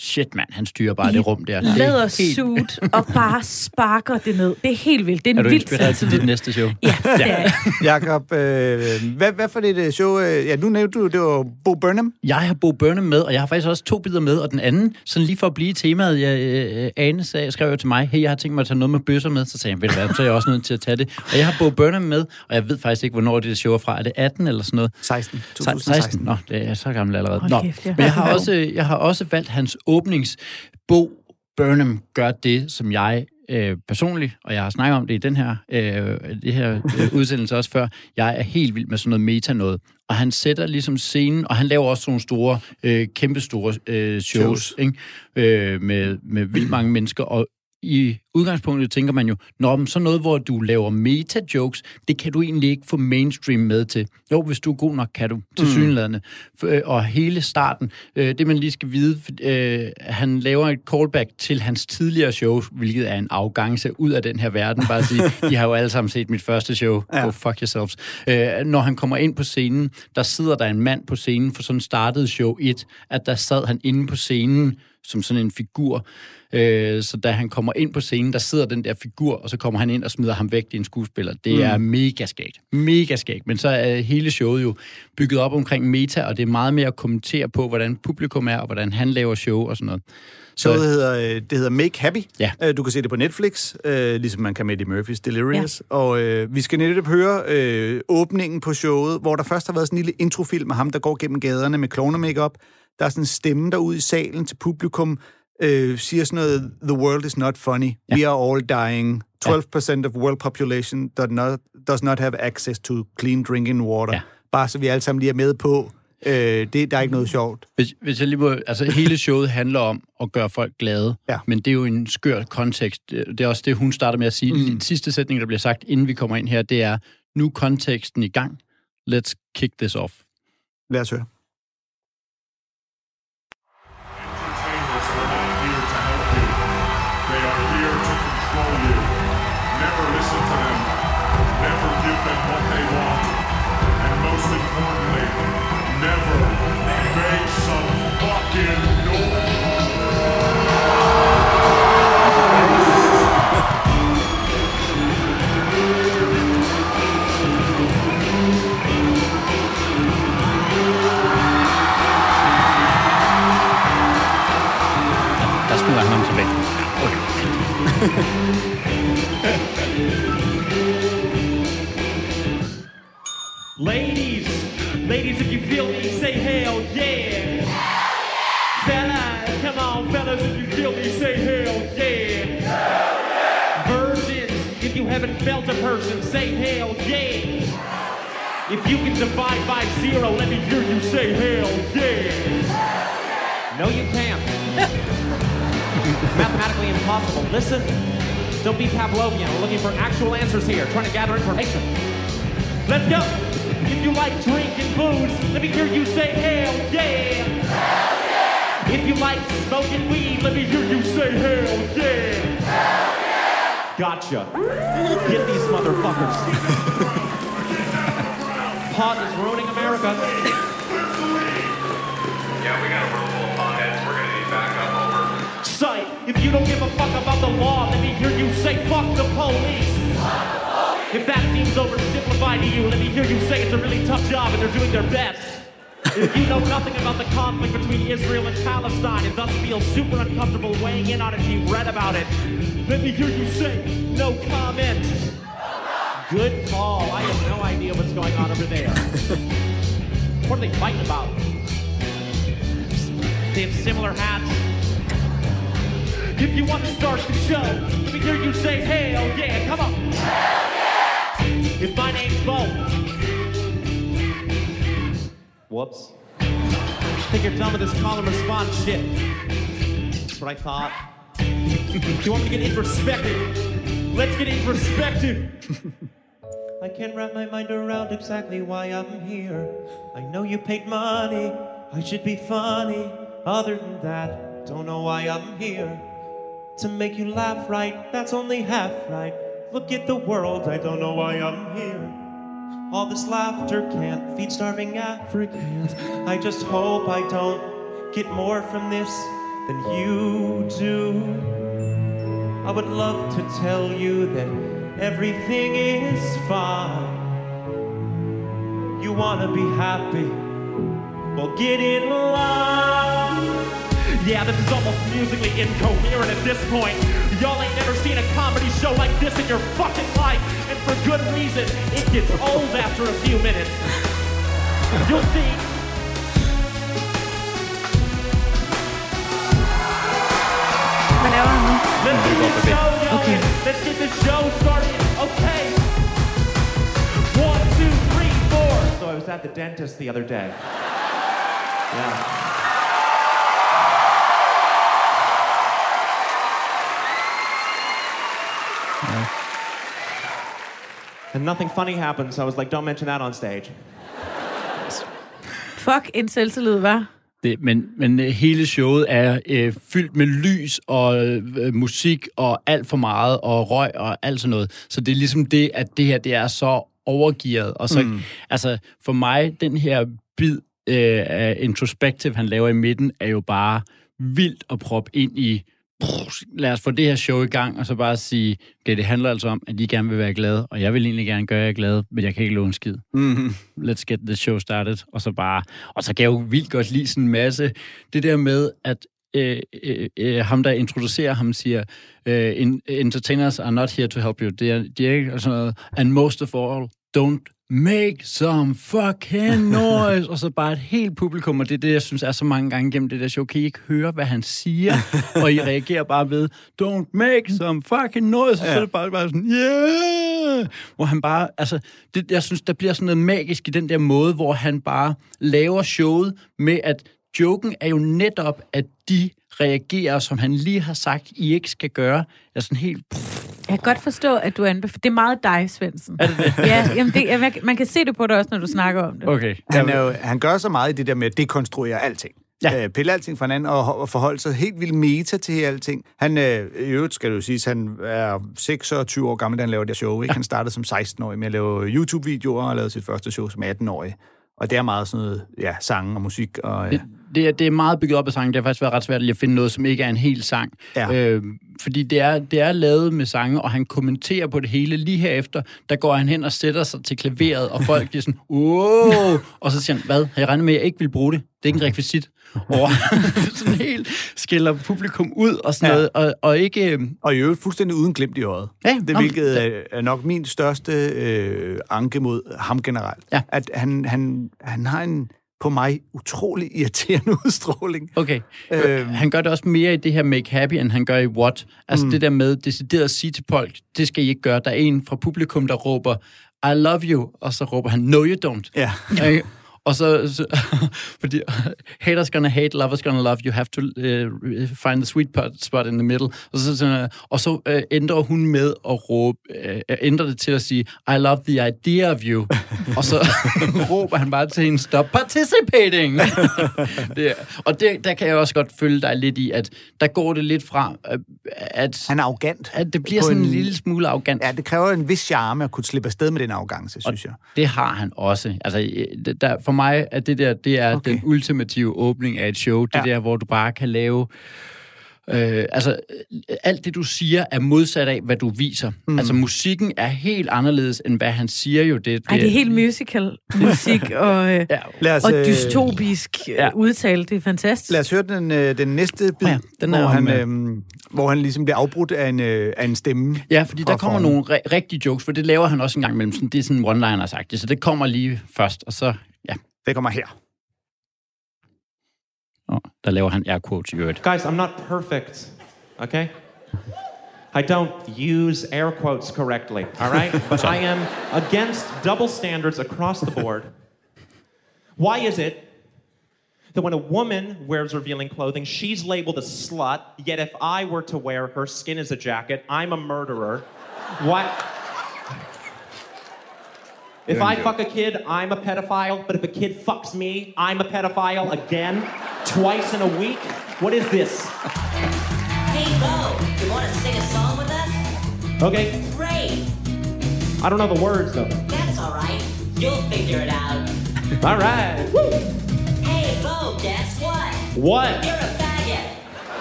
shit mand, han styrer bare det rum der. Lædersuit og bare sparker det ned. Det er helt vildt. Det er, er en du vild inspireret til dit næste show? Ja, det er jeg. Jakob, øh, hvad, hvad for det show? Øh, ja, nu nævnte du, det var Bo Burnham. Jeg har Bo Burnham med, og jeg har faktisk også to bidder med, og den anden, sådan lige for at blive i temaet, jeg, øh, Ane sagde, skrev jo til mig, hey, jeg har tænkt mig at tage noget med bøsser med, så sagde jeg, ved du hvad, så er jeg også nødt til at tage det. Og jeg har Bo Burnham med, og jeg ved faktisk ikke, hvornår det show er fra. Er det atten eller sådan noget? seksten. to tusind og seksten. seksten. Nå, det er så gammel allerede. Hold Nå, kæft, ja. men jeg har, også, jeg har også valgt hans åbnings. Bo Burnham gør det, som jeg øh, personligt, og jeg har snakket om det i den her, øh, det her øh, udsendelse også før, jeg er helt vild med sådan noget meta-noget. Og han sætter ligesom scenen, og han laver også sådan nogle store, øh, kæmpestore øh, shows, shows. Ikke? Øh, med, med vildt mange mennesker, og i udgangspunktet tænker man jo, nå, så noget, hvor du laver meta-jokes, det kan du egentlig ikke få mainstream med til. Jo, hvis du er god nok, kan du, tilsyneladende. Mm. Og hele starten, det man lige skal vide, han laver et callback til hans tidligere show, hvilket er en afgangse ud af den her verden. Bare at sige, I har jo alle sammen set mit første show, ja. Go fuck yourselves. Når han kommer ind på scenen, der sidder der en mand på scenen, for sådan startede show et, at der sad han inde på scenen, som sådan en figur. Øh, så da han kommer ind på scenen, der sidder den der figur, og så kommer han ind og smider ham væk, det er en skuespiller. Det mm. er mega skægt. Mega skægt. Men så er hele showet jo bygget op omkring meta, og det er meget mere at kommentere på, hvordan publikum er, og hvordan han laver show og sådan noget. Så det hedder, det hedder Make Happy. Ja. Du kan se det på Netflix, øh, ligesom man kan med Eddie Murphys Delirious. Ja. Og øh, vi skal netop høre øh, åbningen på showet, hvor der først har været sådan en lille introfilm af ham, der går gennem gaderne med klovner-makeup. Der er sådan en stemme derude i salen til publikum, øh, siger sådan noget, the world is not funny, ja. We are all dying, twelve percent of world population does not, does not have access to clean drinking water. Ja. Bare så vi alle sammen lige er med på, øh, det, der er ikke noget sjovt. Hvis, hvis jeg lige må, altså hele showet handler om at gøre folk glade, ja. Men det er jo en skør kontekst. Det er også det, hun starter med at sige. Mm. Den sidste sætning, der bliver sagt, inden vi kommer ind her, det er, nu er konteksten i gang. Let's kick this off. Lad os høre. Ladies, ladies, if you feel me, say hell yeah. Fellas, come on, fellas, if you feel me, say hell yeah. Hell yeah. Virgins, if you haven't felt a person, say hell yeah. If you can divide by zero, let me hear you say hell yeah. No, you can't. Mathematically impossible. Listen, don't be Pavlovian. We're looking for actual answers here, trying to gather information. Let's go. If you like drinking booze, let me hear you say hell yeah. Hell yeah. If you like smoking weed, let me hear you say hell yeah. Hell yeah. Gotcha. Get these motherfuckers. Pot is ruining America. Yeah, we got a room full of potheads. We're gonna need backup. Over. Sight. If you don't give a fuck about the law, let me hear you say fuck the police. Fuck the police. If that seems oversimplified to you, let me hear you say it's a really tough job and they're doing their best. If you know nothing about the conflict between Israel and Palestine and thus feel super uncomfortable weighing in on it if you read about it, let me hear you say no comment. Good call. I have no idea what's going on over there. What are they fighting about? They have similar hats. If you want to start the show, let me hear you say hell yeah. Come on. Hell yeah. If my name's Bo. Whoops. I think you're done with this call and response shit. That's what I thought. If you want me to get introspective, let's get introspective. I can't wrap my mind around exactly why I'm here. I know you paid money, I should be funny. Other than that, don't know why I'm here. To make you laugh right, that's only half right. Look at the world, I don't know why I'm here. All this laughter can't feed starving Africans. I just hope I don't get more from this than you do. I would love to tell you that everything is fine. You wanna be happy, well get in line. Yeah, this is almost musically incoherent at this point. Y'all ain't never seen a comedy show like this in your fucking life. And for good reason, it gets old after a few minutes. You'll see. Hvad laver han nu? Let's get this show going. Okay. Let's get this show started. Okay. One, two, three, four. So I was at the dentist the other day. Yeah. And nothing funny happened, so I was like, don't mention that on stage. Fuck en selvtillid, hva'? Det, men, men hele showet er øh, fyldt med lys og øh, musik og alt for meget og røg og alt sådan noget. Så det er ligesom det, at det her det er så overgearet. Og så, mm. altså, for mig, den her bid øh, af introspective, han laver i midten, er jo bare vildt at proppe ind i. Lad os få det her show i gang, og så bare sige, okay, det handler altså om, at I gerne vil være glade, og jeg vil egentlig gerne gøre jer glade, men jeg kan ikke låne en skid. Mm-hmm. Let's get the show started. Og så bare, og så kan jeg jo vildt godt lide sådan en masse, det der med, at øh, øh, øh, ham, der introducerer ham, siger, øh, entertainers are not here to help you. Det er, de er ikke sådan noget, and most of all, don't make some fucking noise. Og så bare et helt publikum, og det er det, jeg synes er så mange gange gennem det der show. Kan I ikke høre, hvad han siger? Og I reagerer bare ved, don't make some fucking noise. Og så er det bare, bare sådan, yeah! Hvor han bare, altså, det, jeg synes, der bliver sådan noget magisk i den der måde, hvor han bare laver showet med, at joken er jo netop, at de reagerer, som han lige har sagt, I ikke skal gøre. Jeg er sådan helt... Jeg kan godt forstå, at du anbefaler... Det er meget dig, Svendsen. Er det det? Ja, jamen det, man kan se det på dig også, når du snakker om det. Okay. Han, er jo, han gør så meget i det der med at dekonstruere alting. Ja. Øh, pille alting fra hinanden og, og forholde sig helt vildt meta til alting. Han, øh, i øvrigt skal det jo sige, han er seksogtyve år gammel, da han laver det show. Ikke? Han startede som seksten-årig med at lave YouTube-videoer og lavede sit første show som atten-årig. Og det er meget sådan noget, ja, sang og musik. Og, ja. det, det, er, det er meget bygget op af sange. Det har faktisk været ret svært at finde noget, som ikke er en hel sang. Ja. Øh, fordi det er, det er lavet med sange, og han kommenterer på det hele. Lige herefter, der går han hen og sætter sig til klaveret, og folk bliver sådan, wow! Og så siger han, hvad? Har jeg regnet med, at jeg ikke vil bruge det? Det er ikke en rekvisit. Og sådan helt skælder publikum ud og sådan ja. noget, og, og ikke... Og i øvrigt fuldstændig uden glimt i øjet. Ja, det hvilket er, er nok min største øh, anke mod ham generelt. Ja. At han, han, han har en, på mig, utrolig irriterende udstråling. Okay. Øh, han gør det også mere i det her Make Happy, end han gør i What. Altså mm. det der med decideret at sige til folk, det skal I ikke gøre. Der er en fra publikum, der råber, I love you, og så råber han, no you don't. Ja. Okay. Og så, så fordi haters gonna hate, lovers gonna love, you have to uh, find the sweet spot in the middle. Og så, så, og så uh, ændrer hun med at råbe, uh, ændrer det til at sige, I love the idea of you. Og så råber han bare til hende, stop participating. det, og det, der kan jeg også godt følge dig lidt i, at der går det lidt fra, at... Han er arrogant. At det bliver sådan en, en lille smule arrogant. Ja, det kræver en vis charme at kunne slippe afsted med den arrogance, synes jeg. Det har han også. Altså, der, for mig er det der, det er okay. Den ultimative åbning af et show. Det ja. Der, hvor du bare kan lave... Øh, altså, alt det, du siger, er modsat af, hvad du viser. Mm. Altså, musikken er helt anderledes, end hvad han siger jo. Det, det, Ej, det er helt musical-musik og, øh, ja. os, og dystopisk ja. udtale. Det er fantastisk. Lad os høre den, den næste bid, ja, den hvor, han, øh, hvor han ligesom bliver afbrudt af en, af en stemme. Ja, fordi der kommer nogle re- rigtige jokes, for det laver han også en gang imellem. Sådan, det er sådan one-liner-sagt. Så det kommer lige først, og så... Ja. Det kommer her. Oh, der laver han air quotes i øvrigt. Guys, I'm not perfect, okay? I don't use air quotes correctly, all right? But I am against double standards across the board. Why is it that when a woman wears revealing clothing, she's labeled a slut, yet if I were to wear her skin as a jacket, I'm a murderer? Why... If I fuck a kid, I'm a pedophile, but if a kid fucks me, I'm a pedophile again, twice in a week? What is this? Hey, Bo, you want to sing a song with us? Okay. Great. I don't know the words, though. That's all right. You'll figure it out. All right. Woo. Hey, Bo, guess what? What? You're a faggot.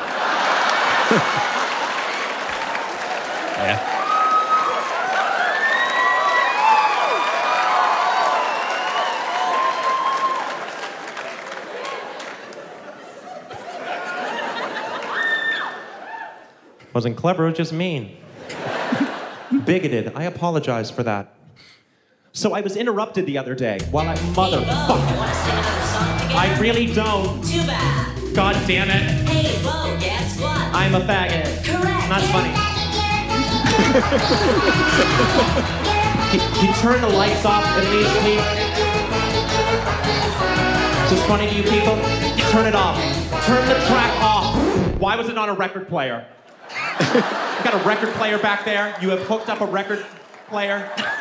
Ja. Wasn't clever, it was just mean. Bigoted. I apologize for that. So I was interrupted the other day while I... Motherfucker. You want to sing another song together? I really don't. Too bad. God damn it. Hey, Bo, guess what? I'm a faggot. Correct. That's funny. Can can you turn the lights off at least, please? Is this funny to you people? Turn it off. Turn the track off. Why was it on a record player? You got a record player back there? You have hooked up a record player?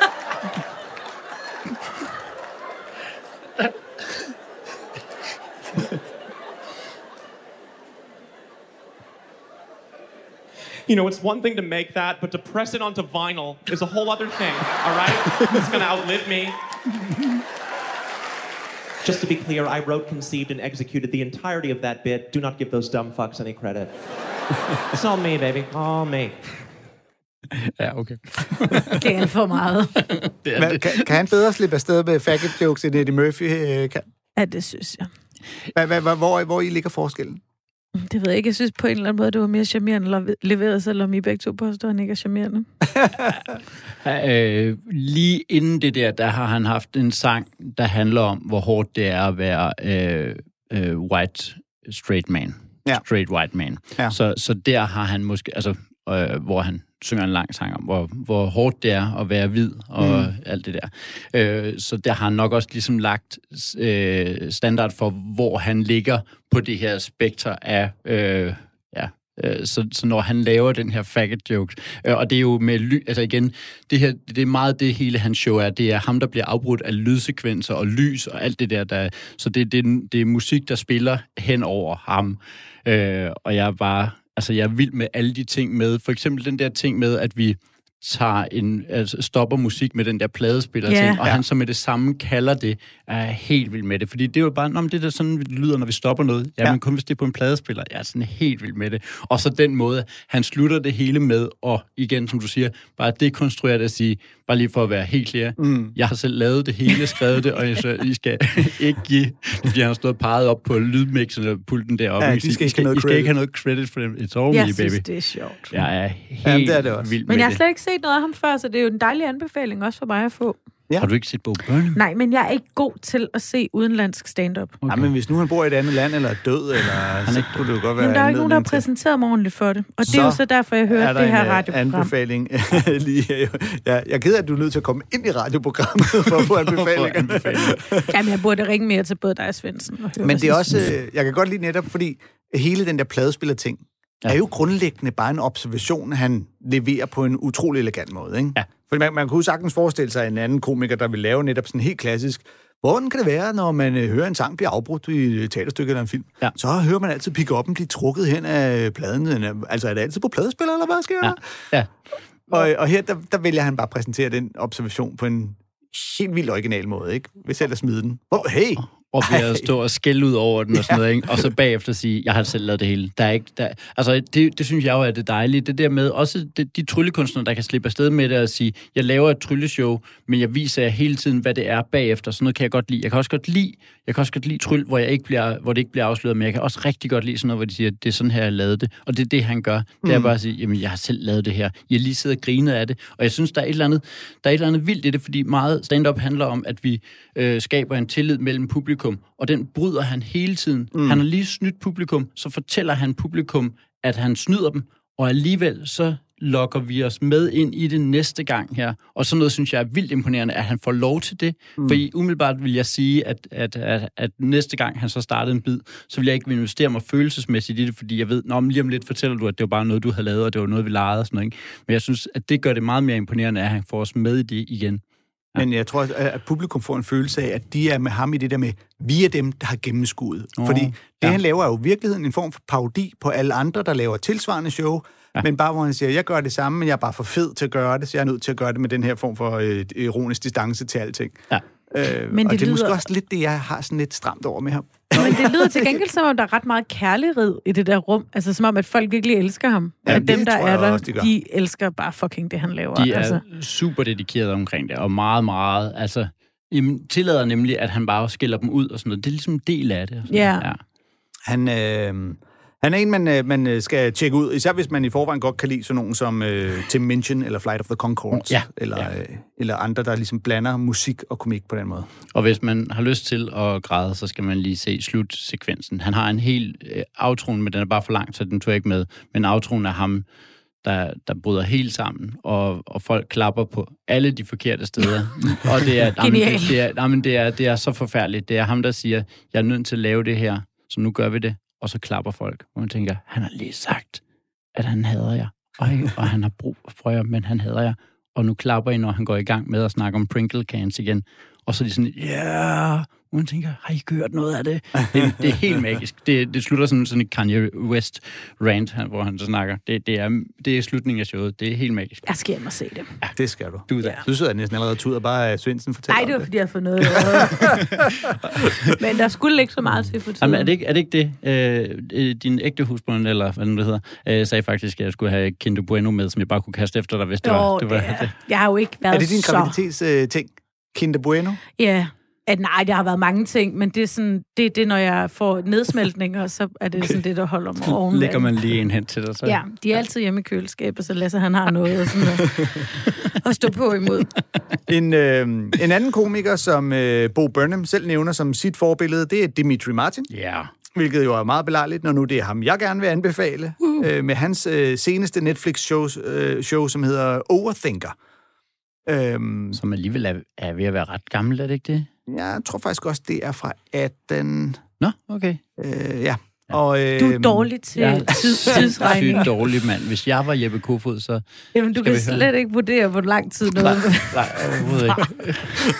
You know, it's one thing to make that, but to press it onto vinyl is a whole other thing, all right? It's gonna outlive me. Just to be clear, I wrote, conceived, and executed the entirety of that bit. Do not give those dumb fucks any credit. It's all me, baby. All me. Ja, okay. Det er for meget. Det er Men, det. kan, kan han bedre slippe afsted med faggot jokes, end Eddie Murphy øh, kan? Ja, det synes jeg. Hva, hva, hva, hvor, hvor I ligger forskellen? Det ved jeg ikke. Jeg synes på en eller anden måde, det var mere charmerende leveret, selvom I begge to påstår, at han ikke er charmerende. øh, lige inden det der, der har han haft en sang, der handler om, hvor hårdt det er at være øh, øh, white straight man. Ja. Straight white man. Ja. Så, så der har han måske, altså, øh, hvor han synger en lang sang om, hvor, hvor hårdt det er at være hvid og mm. alt det der. Øh, så der har han nok også ligesom lagt øh, standard for, hvor han ligger på det her spekter af... Øh, ja, øh, så, så når han laver den her faggot jokes, øh, og det er jo med ly... Altså igen, det her, det er meget det hele hans show er. Det er ham, der bliver afbrudt af lydsekvenser og lys og alt det der. der så det, det, det er musik, der spiller hen over ham. Øh, og jeg er bare... Altså, jeg er vild med alle de ting med. For eksempel den der ting med, at vi tager en, altså stopper musik med den der pladespiller ting, yeah. og han så med det samme kalder det, er helt vild med det. Fordi det er jo bare, nå, men det er da sådan, det lyder, når vi stopper noget. Ja, ja. Men kun hvis det er på en pladespiller. Jeg er sådan helt vild med det. Og så den måde, han slutter det hele med, og igen, som du siger, bare dekonstruere det og sige, bare lige for at være helt klar, mm. jeg har selv lavet det hele, skrevet det, og så, I skal ikke give, fordi han har stået peget op på lydmixen og pulten deroppe. Ja, de skal, I skal, I skal ikke have noget credit for dem. It's all jeg me, baby. Jeg synes, det er sjovt. Jeg er helt Jamen, det er det også. vild med Men jeg har det. slet ikke set noget af ham før, så det er jo en dejlig anbefaling også for mig at få. Ja. Har du ikke set Bo Burnham? Nej, men jeg er ikke god til at se udenlandsk stand-up. Okay. Ja, men hvis nu han bor i et andet land, eller er død, eller han så kunne det jo godt være... Jamen, der er ikke nogen, der har til. præsenteret mig ordentligt for det. Og Så det er jo så derfor, jeg hørte det her en, uh, radioprogram. anbefaling. Lige, ja, jeg er ked af, at du er nødt til at komme ind i radioprogrammet for at få anbefalinger. Jamen, jeg burde ringe mere til både dig og Svendsen. Og høre, Men det er også... Jeg kan godt lide netop, fordi hele den der pladespiller-ting ja. er jo grundlæggende bare en observation, han leverer på en utrolig elegant måde, ikke? Ja. Fordi man, man kunne sagtens forestille sig en anden komiker, der vil lave netop sådan helt klassisk. Hvordan kan det være, når man øh, hører en sang blive afbrudt i et teaterstykke eller en film? Ja. Så hører man altid pick-up'en blive trukket hen af pladen. Altså, er det altid på pladespiller, eller hvad sker der? Ja. Ja. Og, og her, der, der vælger han bare at præsentere den observation på en helt vildt original måde, ikke? Ved selv at smide den. Oh, hey! Og ved at stå og skælde ud over den og sådan noget, ikke? Og så bagefter sige, jeg har selv lavet det hele. Der er ikke, der, altså, det, det synes jeg jo er det dejlige. Det der med, også det, de tryllekunstnere, der kan slippe afsted med det og sige, jeg laver et trylleshow, men jeg viser jer hele tiden, hvad det er bagefter. Sådan noget kan jeg godt lide. Jeg kan også godt lide, jeg kan også godt lide tryl, hvor, jeg ikke bliver, hvor det ikke bliver afsløret, men jeg kan også rigtig godt lide sådan noget, hvor de siger, det er sådan her, jeg lavede det. Og det er det, han gør. Det er bare at sige, jamen, jeg har selv lavet det her. Jeg har lige siddet og grinet af det. Og jeg synes, der er et eller andet, der er et eller andet vildt i det, fordi meget stand-up handler om, at vi øh, skaber en tillid mellem publikum, og den bryder han hele tiden. Mm. Han har lige snydt publikum, så fortæller han publikum, at han snyder dem, og alligevel så lokker vi os med ind i det næste gang her. Og sådan noget, synes jeg er vildt imponerende, at han får lov til det. Mm. For umiddelbart vil jeg sige, at, at, at, at næste gang han så startede en bid, så vil jeg ikke investere mig følelsesmæssigt i det, fordi jeg ved, nå, lige om lidt fortæller du, at det var bare noget, du havde lavet, og det var noget, vi legede og sådan noget. Ikke? Men jeg synes, at det gør det meget mere imponerende, at han får os med i det igen. Ja. Men jeg tror, at publikum får en følelse af, at de er med ham i det der med, vi er dem, der har gennemskuddet. Oh, Fordi det, ja. han laver, er jo i virkeligheden en form for parodi på alle andre, der laver tilsvarende show, ja. men bare hvor han siger, jeg gør det samme, men jeg er bare for fed til at gøre det, så jeg er nødt til at gøre det med den her form for øh, ironisk distance til alting. Ja. Øh, Men og det det er lyder- måske også lidt det, jeg har sådan lidt stramt over med ham. Men det lyder til gengæld, som om der er ret meget kærlighed i det der rum. Altså som om, at folk virkelig elsker ham. Ja, Og det dem, der tror jeg er der, også, de gør. de elsker bare fucking det, han laver. De er altså. super dedikerede omkring det, og meget, meget, altså, jamen, tillader nemlig, at han bare skiller dem ud og sådan noget. Det er ligesom en del af det. og sådan Ja. noget. Ja. Han, øh, han er en, man, øh, man skal tjekke ud, især hvis man i forvejen godt kan lide sådan nogen som øh, Tim Minchin eller Flight of the Conchords, Ja, eller, ja. Øh, eller andre, der ligesom blander musik og komik på den måde. Og hvis man har lyst til at græde, så skal man lige se slutsekvensen. Han har en hel øh, outroen, men den er bare for lang, så den tog jeg ikke med. Men outroen er ham, der, der bryder helt sammen, og, og folk klapper på alle de forkerte steder. Og det er, jamen, det, det, er, jamen, det, er, det er så forfærdeligt. Det er ham, der siger, jeg er nødt til at lave det her, så nu gør vi det. Og så klapper folk. Og man tænker, han har lige sagt, at han hader jer. Og, og han har brug for jer, men han hader jer. Og nu klapper I, når han går i gang med at snakke om Pringle Cans igen. Og så er de sådan, ja, yeah! Og man tænker, har I hørt noget af det? Det, det er helt magisk. Det, det slutter sådan, sådan et Kanye West rant, hvor han så snakker. Det, det, er, det er slutningen af showet. Det er helt magisk. Jeg skal hjem og se det. Ja, det skal du. Du er der. Du sidder næsten allerede tuder, bare at Svendsen fortæller Nej, det var om fordi, jeg har fået noget. Men der skulle ikke så meget til for tiden. Jamen, er det ikke, er det, ikke det? Øh, din ægte husbund, eller hvad det hedder, øh, sagde faktisk, at jeg skulle have Kinder Bueno med, som jeg bare kunne kaste efter dig, hvis det Jo, var. Det var det er. Jeg har jo ikke været Er det din så... graviditetsting? Kinder Bueno? Ja. At nej, der har været mange ting, men det er sådan, det er det, når jeg får nedsmeltninger, så er det okay. sådan det, der holder mig oven. Lægger man lige en hen til dig, så? Ja, de er altid hjemme i køleskabet, så Lasse, han har noget sådan at, at stå på imod. En, øh, en anden komiker, som øh, Bo Burnham selv nævner som sit forbillede, det er Dimitri Martin. Ja. Yeah. Hvilket jo er meget belejligt, når nu det er ham, jeg gerne vil anbefale. Uh. Øh, med hans øh, seneste Netflix-show, øh, show, som hedder Overthinker. Øhm, Som alligevel er, er ved at være ret gammel, er det ikke det? jeg tror faktisk også, det er fra atten... Nå, okay. Øh, ja. Og, øh, Du er dårlig til Jeg er tid, tidsregning. sygt dårlig mand. Hvis jeg var Jeppe Kofod, så... Jamen, du Skal kan vi høre? slet ikke vurdere, hvor lang tid noget... Nej, overhovedet ikke.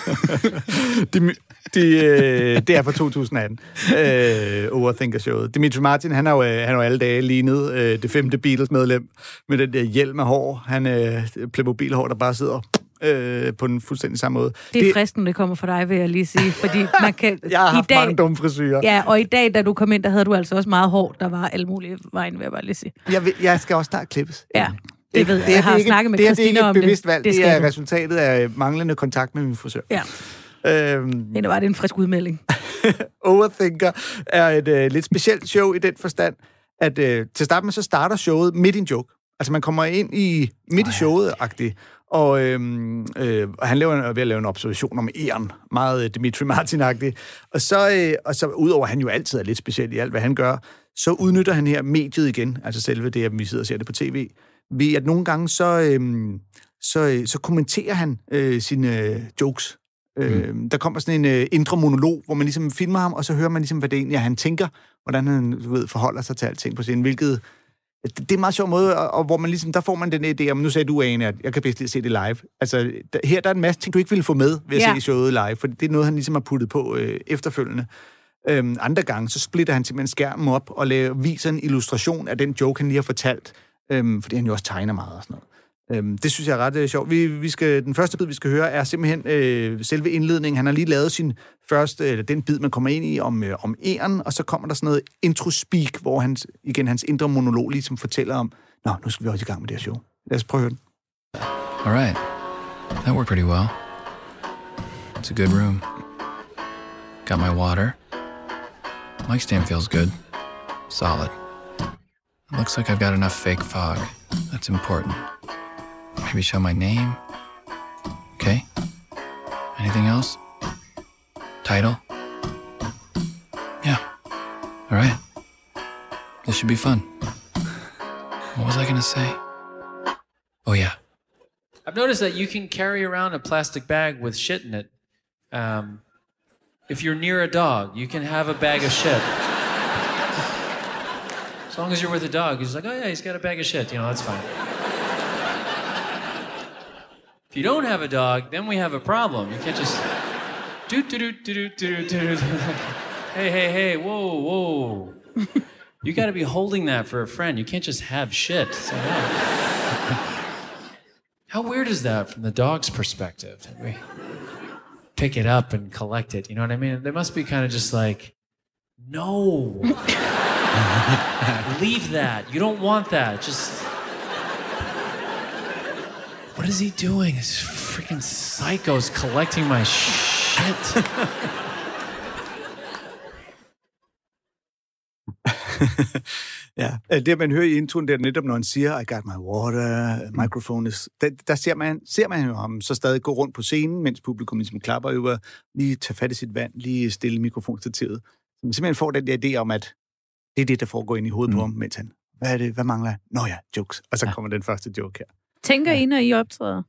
de, de, øh, det er fra to tusind atten. Øh, Overthinker-showet. Dimitri Martin, han har jo, han har jo alle dage lignet øh, det femte Beatles-medlem med den der hjelm af hår. Han øh, Playmobil-hår, der bare sidder øh, på den fuldstændig samme måde. Det er det, fristende, det kommer for dig, vil jeg lige sige. Fordi man kan... Jeg har haft i dag, mange dumme frisyrer. Ja, og i dag, da du kom ind, der havde du altså også meget hår, der var alle mulige vejen, vil jeg bare lige sige. Jeg, vil, jeg skal også snart klippes. Ja, det ved jeg. Det er, Jeg har ikke, snakket med det er, Christina det er om ikke et det. bevidst valg. Det Det, skal er du. resultatet af manglende kontakt med min frisør. Ja, Øhm, det var det en frisk udmelding. Overthinker er et øh, lidt specielt show i den forstand, at øh, til start med, så starter showet midt i en joke. Altså, man kommer ind i midt i showet-agtigt, og øhm, øh, han laver en, ved at lave en observation om æren, meget øh, Dimitri Martin-agtigt. Og så, øh, og så udover, at han jo altid er lidt speciel i alt, hvad han gør, så udnytter han her mediet igen, altså selve det, at vi sidder og ser det på tv, ved at nogle gange, så, øh, så, øh, så kommenterer han øh, sine øh, jokes. Øh, der kommer sådan en øh, indre monolog, hvor man ligesom filmer ham, og så hører man ligesom, hvad det egentlig er, han tænker, hvordan han du ved, forholder sig til alting på scenen, hvilket det, det er en meget sjov måde, og, og hvor man ligesom, der får man den idé om, nu sagde du, Ane, at jeg kan bedst lige se det live. Altså, der, her der er en masse ting, du ikke ville få med ved at Ja. se showet live, for det er noget, han ligesom har puttet på øh, efterfølgende. Øhm, andre gange, så splitter han simpelthen skærmen op og laver, viser en illustration af den joke, han lige har fortalt, øhm, fordi han jo også tegner meget og sådan noget. Øhm, det synes jeg er ret øh, sjovt. Vi, vi skal, den første bid, vi skal høre, er simpelthen øh, selve indledningen. Han har lige lavet sin første, eller den bid, man kommer ind i om, øh, om æren, og så kommer der sådan noget intro-speak, hvor han, igen, hans indre monolog ligesom fortæller om, nå, nu skal vi også i gang med det her show. Lad os prøve at høre den. All right. That worked pretty well. It's a good room. Got my water. Mic stand feels good. Solid. It looks like I've got enough fake fog. That's important. Maybe show my name. Okay. Anything else? Title? Yeah. All right. This should be fun. What was I gonna say? Oh, yeah. I've noticed that you can carry around a plastic bag with shit in it. Um, if you're near a dog, you can have a bag of shit. As long as you're with a dog, he's like, oh yeah, he's got a bag of shit. You know, that's fine. If you don't have a dog, then we have a problem. You can't just do do do do do do do. Hey hey hey, whoa whoa. You got to be holding that for a friend. You can't just have shit. So, no. How weird is that from the dog's perspective? We, pick it up and collect it. You know what I mean? They must be kind of just like, no, leave that. You don't want that. Just, what is he doing? This freaking psycho's collecting my shit. Ja, det man hører i introen, der netop, når han siger, I got my water, microphone is... Der, der ser, man, ser man jo ham så stadig gå rundt på scenen, mens publikum ligesom klapper over, lige tage fat i sit vand, lige stille mikrofonstativet. Så man simpelthen får den der idé om, at det er det, der foregår ind i hovedet mm. på ham, mens han, hvad er det, hvad mangler jeg? Nå ja, jokes. Og så ja. kommer den første joke her. Tænker I, når I optræder?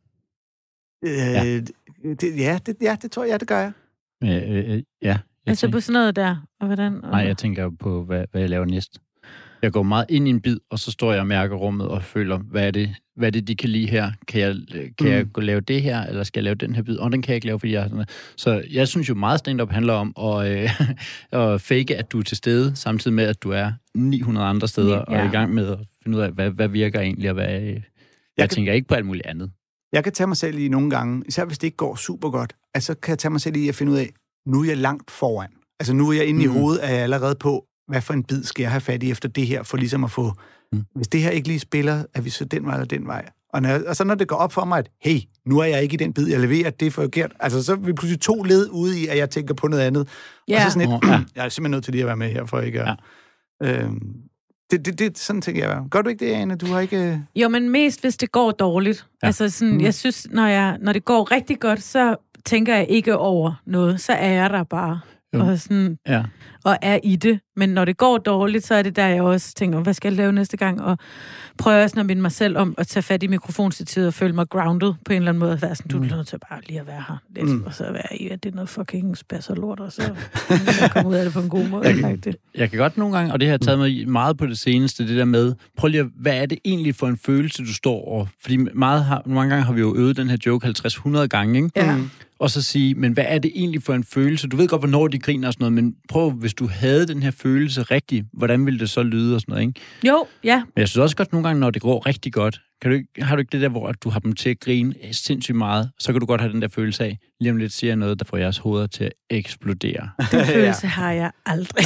Øh, ja. Det, ja, det, ja, det tror jeg, det gør jeg. Øh, øh, ja. Altså tænker... på sådan noget der, og hvordan? Og... Nej, jeg tænker jo på, hvad, hvad jeg laver næste. Jeg går meget ind i en bid, og så står jeg og mærker rummet og føler, hvad er det, hvad er det de kan lide her? Kan jeg, kan mm. jeg gå lave det her, eller skal jeg lave den her bid? Og den kan jeg ikke lave, fordi jeg er sådan. Så jeg synes jo meget stand-up handler om at, øh, at fake, at du er til stede, samtidig med, at du er ni hundrede andre steder, ja. og er i gang med at finde ud af, hvad, hvad virker egentlig, og hvad... Jeg, jeg kan, tænker ikke på alt muligt andet. Jeg kan tage mig selv i nogle gange, især hvis det ikke går super godt, altså kan jeg tage mig selv i at finde ud af, nu er jeg langt foran. Altså nu er jeg inde mm. i hovedet, er jeg allerede på, hvad for en bid skal jeg have fat i efter det her, for ligesom at få, mm. hvis det her ikke lige spiller, er vi så den vej eller den vej. Og, når, og så når det går op for mig, at hey, nu er jeg ikke i den bid, jeg leverer, det er forkert. Altså så er vi pludselig to led ude i, at jeg tænker på noget andet. Yeah. Og så sådan et, oh, ja. jeg er simpelthen nødt til lige at være med her, for ikke at... Ja. Øhm, det, det, det, sådan tænker jeg. Gør du ikke det, Ane? Du har ikke... Jo, men mest, hvis det går dårligt. Ja. Altså sådan, mm. jeg synes, når, jeg, når det går rigtig godt, så tænker jeg ikke over noget. Så er jeg der bare. Og, sådan, ja. og er i det. Men når det går dårligt, så er det der, jeg også tænker, hvad skal jeg lave næste gang? Og prøver også at minde mig selv om at tage fat i mikrofonstativet og føle mig grounded på en eller anden måde. At være sådan, du er nødt til bare lige at være her lidt, mm. og så være i, at det er noget fucking spas og lort, og så kan komme ud af det på en god måde. Jeg, jeg kan godt nogle gange, og det har jeg taget mig meget på det seneste, det der med, prøv lige at, hvad er det egentlig for en følelse, du står over? Fordi meget har, mange gange har vi jo øvet den her joke halvtreds hundrede gange, ikke? Ja. Og så sige, men hvad er det egentlig for en følelse? Du ved godt, hvornår de griner og sådan noget, men prøv, hvis du havde den her følelse rigtigt, hvordan ville det så lyde og sådan noget, ikke? Jo, ja. Men jeg synes også godt nogle gange, når det går rigtig godt, kan du ikke, har du ikke det der, hvor du har dem til at grine sindssygt meget, så kan du godt have den der følelse af, lige om lidt siger jeg noget, der får jeres hoveder til at eksplodere. Den følelse har jeg aldrig.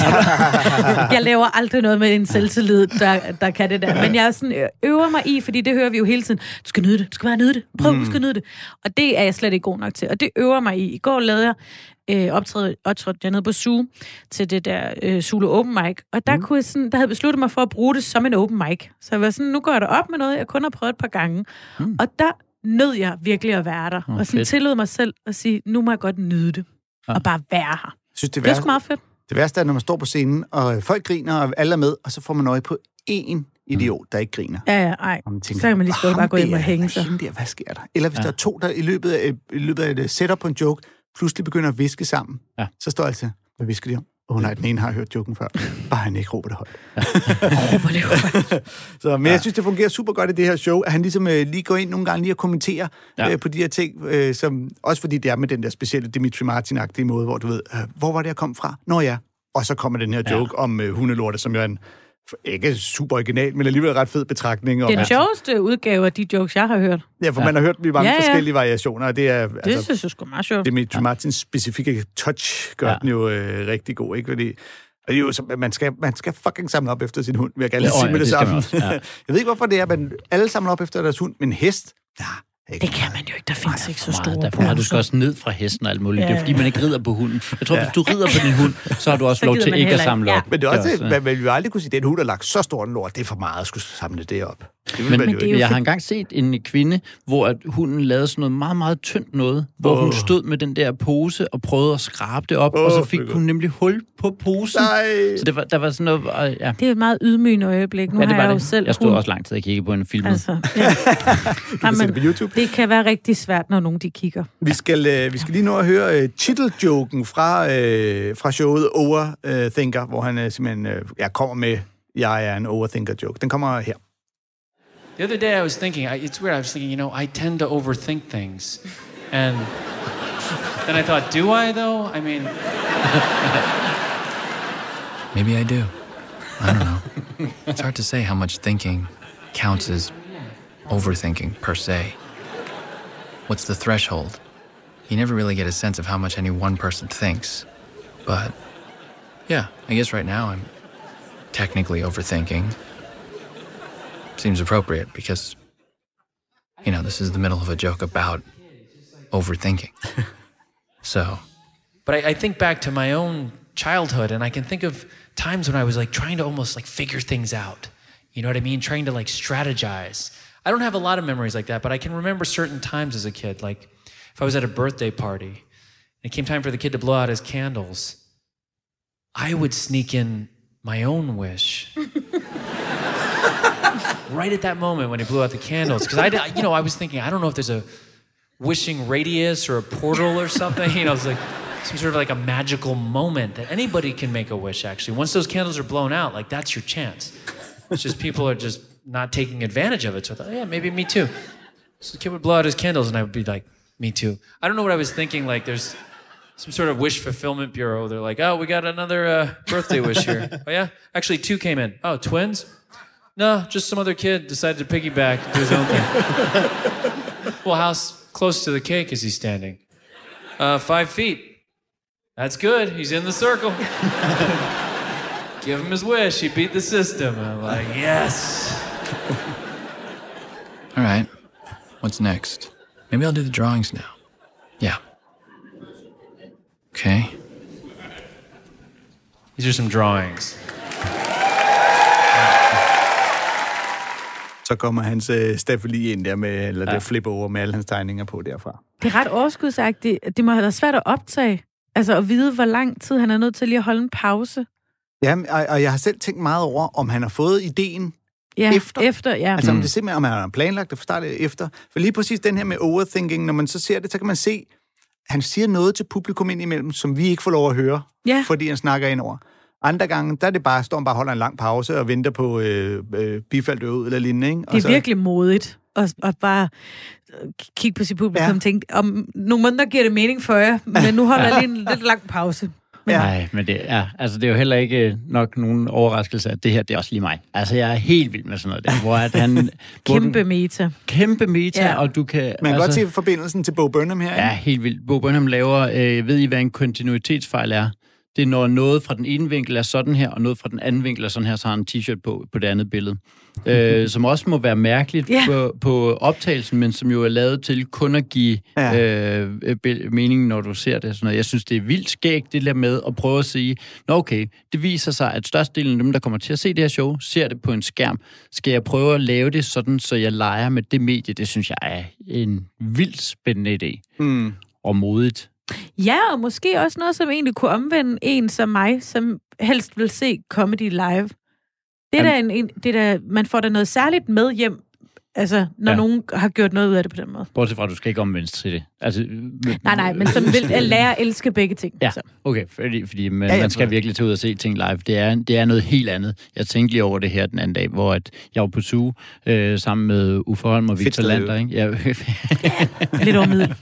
Jeg laver aldrig noget med en selvtillid, der, der kan det der. Men jeg sådan, øver mig i, fordi det hører vi jo hele tiden. Du skal nyde det, du skal bare nyde det. Prøv, mm. du skal nyde det. Og det er jeg slet ikke god nok til. Og det øver mig i. I går lavede jeg øh, optræde, optræde jeg nede på Zoo til det der øh, Zulu Open Mic. Og der, mm. kunne jeg sådan, der havde besluttet mig for at bruge det som en open mic. Så jeg var sådan, nu går jeg op med noget, jeg kun har prøvet et par gange. Mm. Og der nød jeg virkelig at være der. Oh, og sådan fedt. Tillod mig selv at sige, nu må jeg godt nyde det. Ja. Og bare være her. Synes, det, det er sgu meget fedt. Det værste er, når man står på scenen, og folk griner, og alle er med, og så får man øje på én idiot, der ikke griner. Ja, ja, ej. Tænker, så kan man lige så bare gå hjem og hænge sig. Der, hvad sker der? Eller hvis ja. der er to, der i løbet af, i løbet af et setup på en joke, pludselig begynder at viske sammen, ja. så står jeg altid, hvad visker de om? Åh oh, nej, den ene har hørt joken før. Bare han ikke råber det højt. Ja. Råber det højt. Så, men ja. jeg synes, det fungerer super godt i det her show, at han ligesom øh, lige går ind nogle gange lige og kommenterer ja. øh, på de her ting, øh, som, også fordi det er med den der specielle Dimitri Martin-agtige måde, hvor du ved, øh, hvor var det, jeg kom fra? Nå ja. Og så kommer den her joke ja. om øh, hundelorte, som jo er en ikke super original, men alligevel ret fed betragtning. Det er den sjoveste udgave af de jokes, jeg har hørt. Ja, for ja. man har hørt dem i mange ja, ja. forskellige variationer, og det er... Det altså, synes jeg sgu meget sjovt. Dimitri ja. Martins specifikke touch gør ja. den jo øh, rigtig god, ikke? Fordi og det er jo, så, man, skal, man skal fucking samle op efter sin hund, vil jeg gerne sige ja, med det, det samme. Ja. Jeg ved ikke, hvorfor det er, men alle samler op efter deres hund, men hest, ja, det kan man jo ikke. Der findes nej, ikke så store meget. Derfor du skal også ned fra hesten og alt muligt. Ja, ja. Det er fordi, man ikke rider på hunden. Jeg tror, ja. hvis du rider på din hund, så har du også lov til ikke at samle op. Ja. Men det er også, det, man vil jo aldrig kunne sige, at den hund har lagt så stor en lort. Det er for meget at skulle samle det op. Det men, men det jeg har engang set en kvinde, hvor at hunden lavede sådan noget meget, meget tyndt noget, hvor oh. hun stod med den der pose og prøvede at skrabe det op, oh, og så fik hun nemlig hul på posen. Nej. Så det var, der var sådan noget... Ja. Det er et meget ydmygende øjeblik. Nu ja, det har jeg jo selv... Jeg stod også lang tid og kiggede på en film. Altså, ja. Du kan se det på YouTube. Det kan være rigtig svært, når nogen de kigger. Vi skal, øh, vi skal lige nå at høre øh, titeljoken fra, øh, fra showet Overthinker, hvor han øh, simpelthen øh, ja, kommer med, jeg er en overthinker-joke. Den kommer her. The other day I was thinking, I, it's weird, I was thinking, you know, I tend to overthink things. And then I thought, do I though? I mean... Maybe I do. I don't know. It's hard to say how much thinking counts as overthinking per se. What's the threshold? you never really get a sense of how much any one person thinks. But, yeah, I guess right now I'm technically overthinking. Seems appropriate because, you know, this is the middle of a joke about overthinking. So. But I, I think back to my own childhood, and I can think of times when I was like trying to almost like figure things out. You know what I mean? Trying to like strategize. I don't have a lot of memories like that, but I can remember certain times as a kid. Like if I was at a birthday party, and it came time for the kid to blow out his candles, I would sneak in my own wish. Right at that moment when he blew out the candles. Because I, you know, I was thinking, I don't know if there's a wishing radius or a portal or something. You know, it's like some sort of like a magical moment that anybody can make a wish, actually. Once those candles are blown out, like that's your chance. It's just people are just not taking advantage of it. So I thought, yeah, maybe me too. So the kid would blow out his candles and I would be like, me too. I don't know what I was thinking. Like there's some sort of wish fulfillment bureau. They're like, oh, we got another uh, birthday wish here. Oh yeah? Actually, two came in. Oh, twins? No, just some other kid decided to piggyback and do his own thing. Well, how close to the cake is he standing? Uh, five feet. That's good. He's in the circle. Give him his wish. He beat the system. And I'm like, yes. All right. What's next? Maybe I'll do the drawings now. Yeah. Okay. These are some drawings. Så kommer hans uh, Steffe lige ind der med, eller ja. der flipper over med alle hans tegninger på derfra. Det er ret overskudsagtigt. Det må have været svært at optage. Altså at vide, hvor lang tid han er nødt til lige at holde en pause. Ja, og, og jeg har selv tænkt meget over, om han har fået ideen ja, efter. efter ja. Altså om det simpelthen, om han har planlagt det fra start efter. For lige præcis den her med overthinking, når man så ser det, så kan man se, han siger noget til publikum indimellem, som vi ikke får lov at høre, ja. fordi han snakker indover. Andre gange, der er det bare, står han bare holder en lang pause og venter på øh, øh, bifald ud eller lignende. Ikke? Det er så virkelig modigt at, at bare kigge på sit publikum ja. og tænke, om nogle måneder giver det mening for jer, men nu holder jeg lige en lidt lang pause. Men... Nej, men det er, altså, det er jo heller ikke nok nogen overraskelse, at det her, det er også lige mig. Altså, jeg er helt vild med sådan noget der, hvor at han... kæmpe meta. Kæmpe meta, ja. Og du kan... Man kan altså, godt se forbindelsen til Bo Burnham her, ikke? Ja, helt vildt. Bo Burnham laver, øh, ved I, hvad en kontinuitetsfejl er? Det er, når noget fra den ene vinkel er sådan her, og noget fra den anden vinkel er sådan her, så har han en t-shirt på, på det andet billede. Øh, som også må være mærkeligt yeah. på, på optagelsen, men som jo er lavet til kun at give ja. øh, mening, når du ser det. Sådan noget. Jeg synes, det er vildt skægt, det der med at prøve at sige, nå okay, det viser sig, at størstedelen af dem, der kommer til at se det her show, ser det på en skærm. Skal jeg prøve at lave det sådan, så jeg leger med det medie? Det synes jeg er en vildt spændende idé. Mm. Og modigt. Ja, og måske også noget, som egentlig kunne omvende en som mig, som helst vil se comedy live. Det er da en, en, det er da, man får da noget særligt med hjem, altså, når ja. nogen har gjort noget ud af det på den måde. Bortset fra, at du skal ikke omvendes til det. Altså, nej, nej, men som vil lære at elske begge ting. Ja, så. okay, fordi, fordi man, ja, ja, man skal virkelig tage ud og se ting live. Det er, det er noget helt andet. Jeg tænkte lige over det her den anden dag, hvor at jeg var på Zoo øh, sammen med Uffe Holm og Victor Lander. Ikke? Ja. Lidt over middel.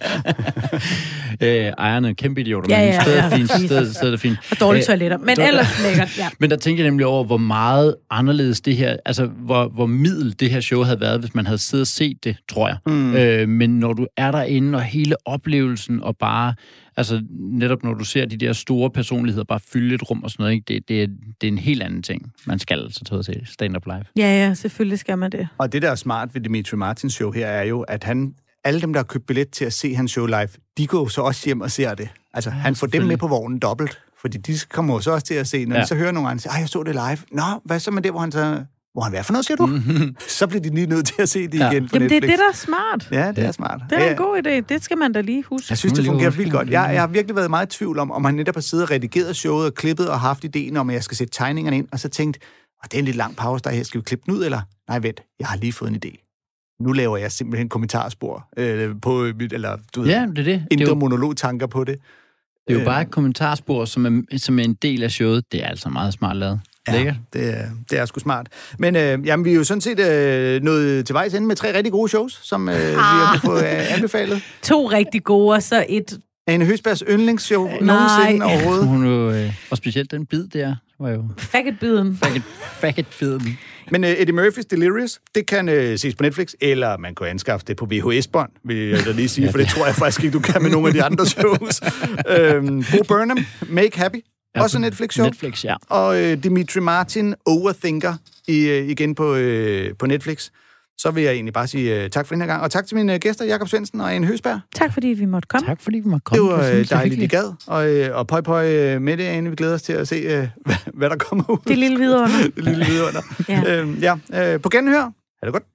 øh, ejerne er kæmpe idioter, ja, men ja, stedet ja, er fint. Stedet, stedet er fint. Og dårlige toiletter, men øh, ellers lækkert. Ja. Men der tænker jeg nemlig over, hvor meget anderledes det her, altså hvor, hvor middel det her show havde været, hvis man havde siddet og set det, tror jeg. Mm. Øh, men når du er derinde, og hele oplevelsen, og bare, altså netop når du ser de der store personligheder bare fylde et rum og sådan noget, ikke? Det, det, er, det er en helt anden ting. Man skal altså tage ud og se stand-up live. Ja, ja, selvfølgelig skal man det. Og det, der er smart ved Dimitri Martins show her, er jo, at han, alle dem, der har købt billet til at se hans show live, de går så også hjem og ser det. Altså, ja, han får dem med på vognen dobbelt, fordi de kommer så også til at se, når ja. de så hører nogen andre sige, ej, jeg så det live. Nå, hvad så med det, hvor han så... Hvor han hvad for noget, siger du? Mm-hmm. Så bliver de lige nødt til at se det ja. igen på Jamen, Netflix. det er det, der er smart. Ja, det er smart. Det er en god idé. Det skal man da lige huske. Jeg synes, det fungerer vildt godt. Jeg, jeg har virkelig været meget i tvivl om, om han netop har siddet og redigeret showet og klippet og haft ideen om, at jeg skal sætte tegningerne ind, og så tænkt, oh, det er en lidt lang pause, der her. Skal vi klippe den ud, eller? Nej, vent, jeg har lige fået en idé. Nu laver jeg simpelthen kommentarspor øh, på mit, eller du ved, ja, det er det. indre monologtanker på det. Det er jo bare et kommentarspor, som er, som er en del af showet. Det er altså meget smart lavet. Ja, det er, det er sgu smart. Men øh, jamen, vi er jo sådan set øh, nået til vejs ende med tre rigtig gode shows, som øh, ah. vi har fået øh, anbefalet. To rigtig gode, og så et Ane Høgsbergs yndlingsshow nogensinde overhovedet. Hun jo, øh, og specielt den bid der, var jo... Faggot-biden. Faggot, faggot-biden. Men uh, Eddie Murphys Delirious, det kan uh, ses på Netflix, eller man kan anskaffe det på V H S-bånd, vil jeg da lige sige, ja, for det tror jeg faktisk ikke, du kan med nogle af de andre shows. øhm, Bo Burnham, Make Happy, ja, også Netflix-show. Netflix, ja. Og øh, Dimitri Martin, Overthinker, i, øh, igen på, øh, på Netflix. Så vil jeg egentlig bare sige uh, tak for den her gang. Og tak til mine gæster, Jakob Svendsen og Ane Høgsberg. Tak fordi vi måtte komme. Tak fordi vi måtte komme. Det var uh, dejligt, I gad. Og, uh, og pøj pøj med det, Ane. Vi glæder os til at se, uh, hvad, hvad der kommer ud. Det lille vidunder. Det lille vidunder. ja. Uh, ja. Uh, på genhør. Ha' det godt.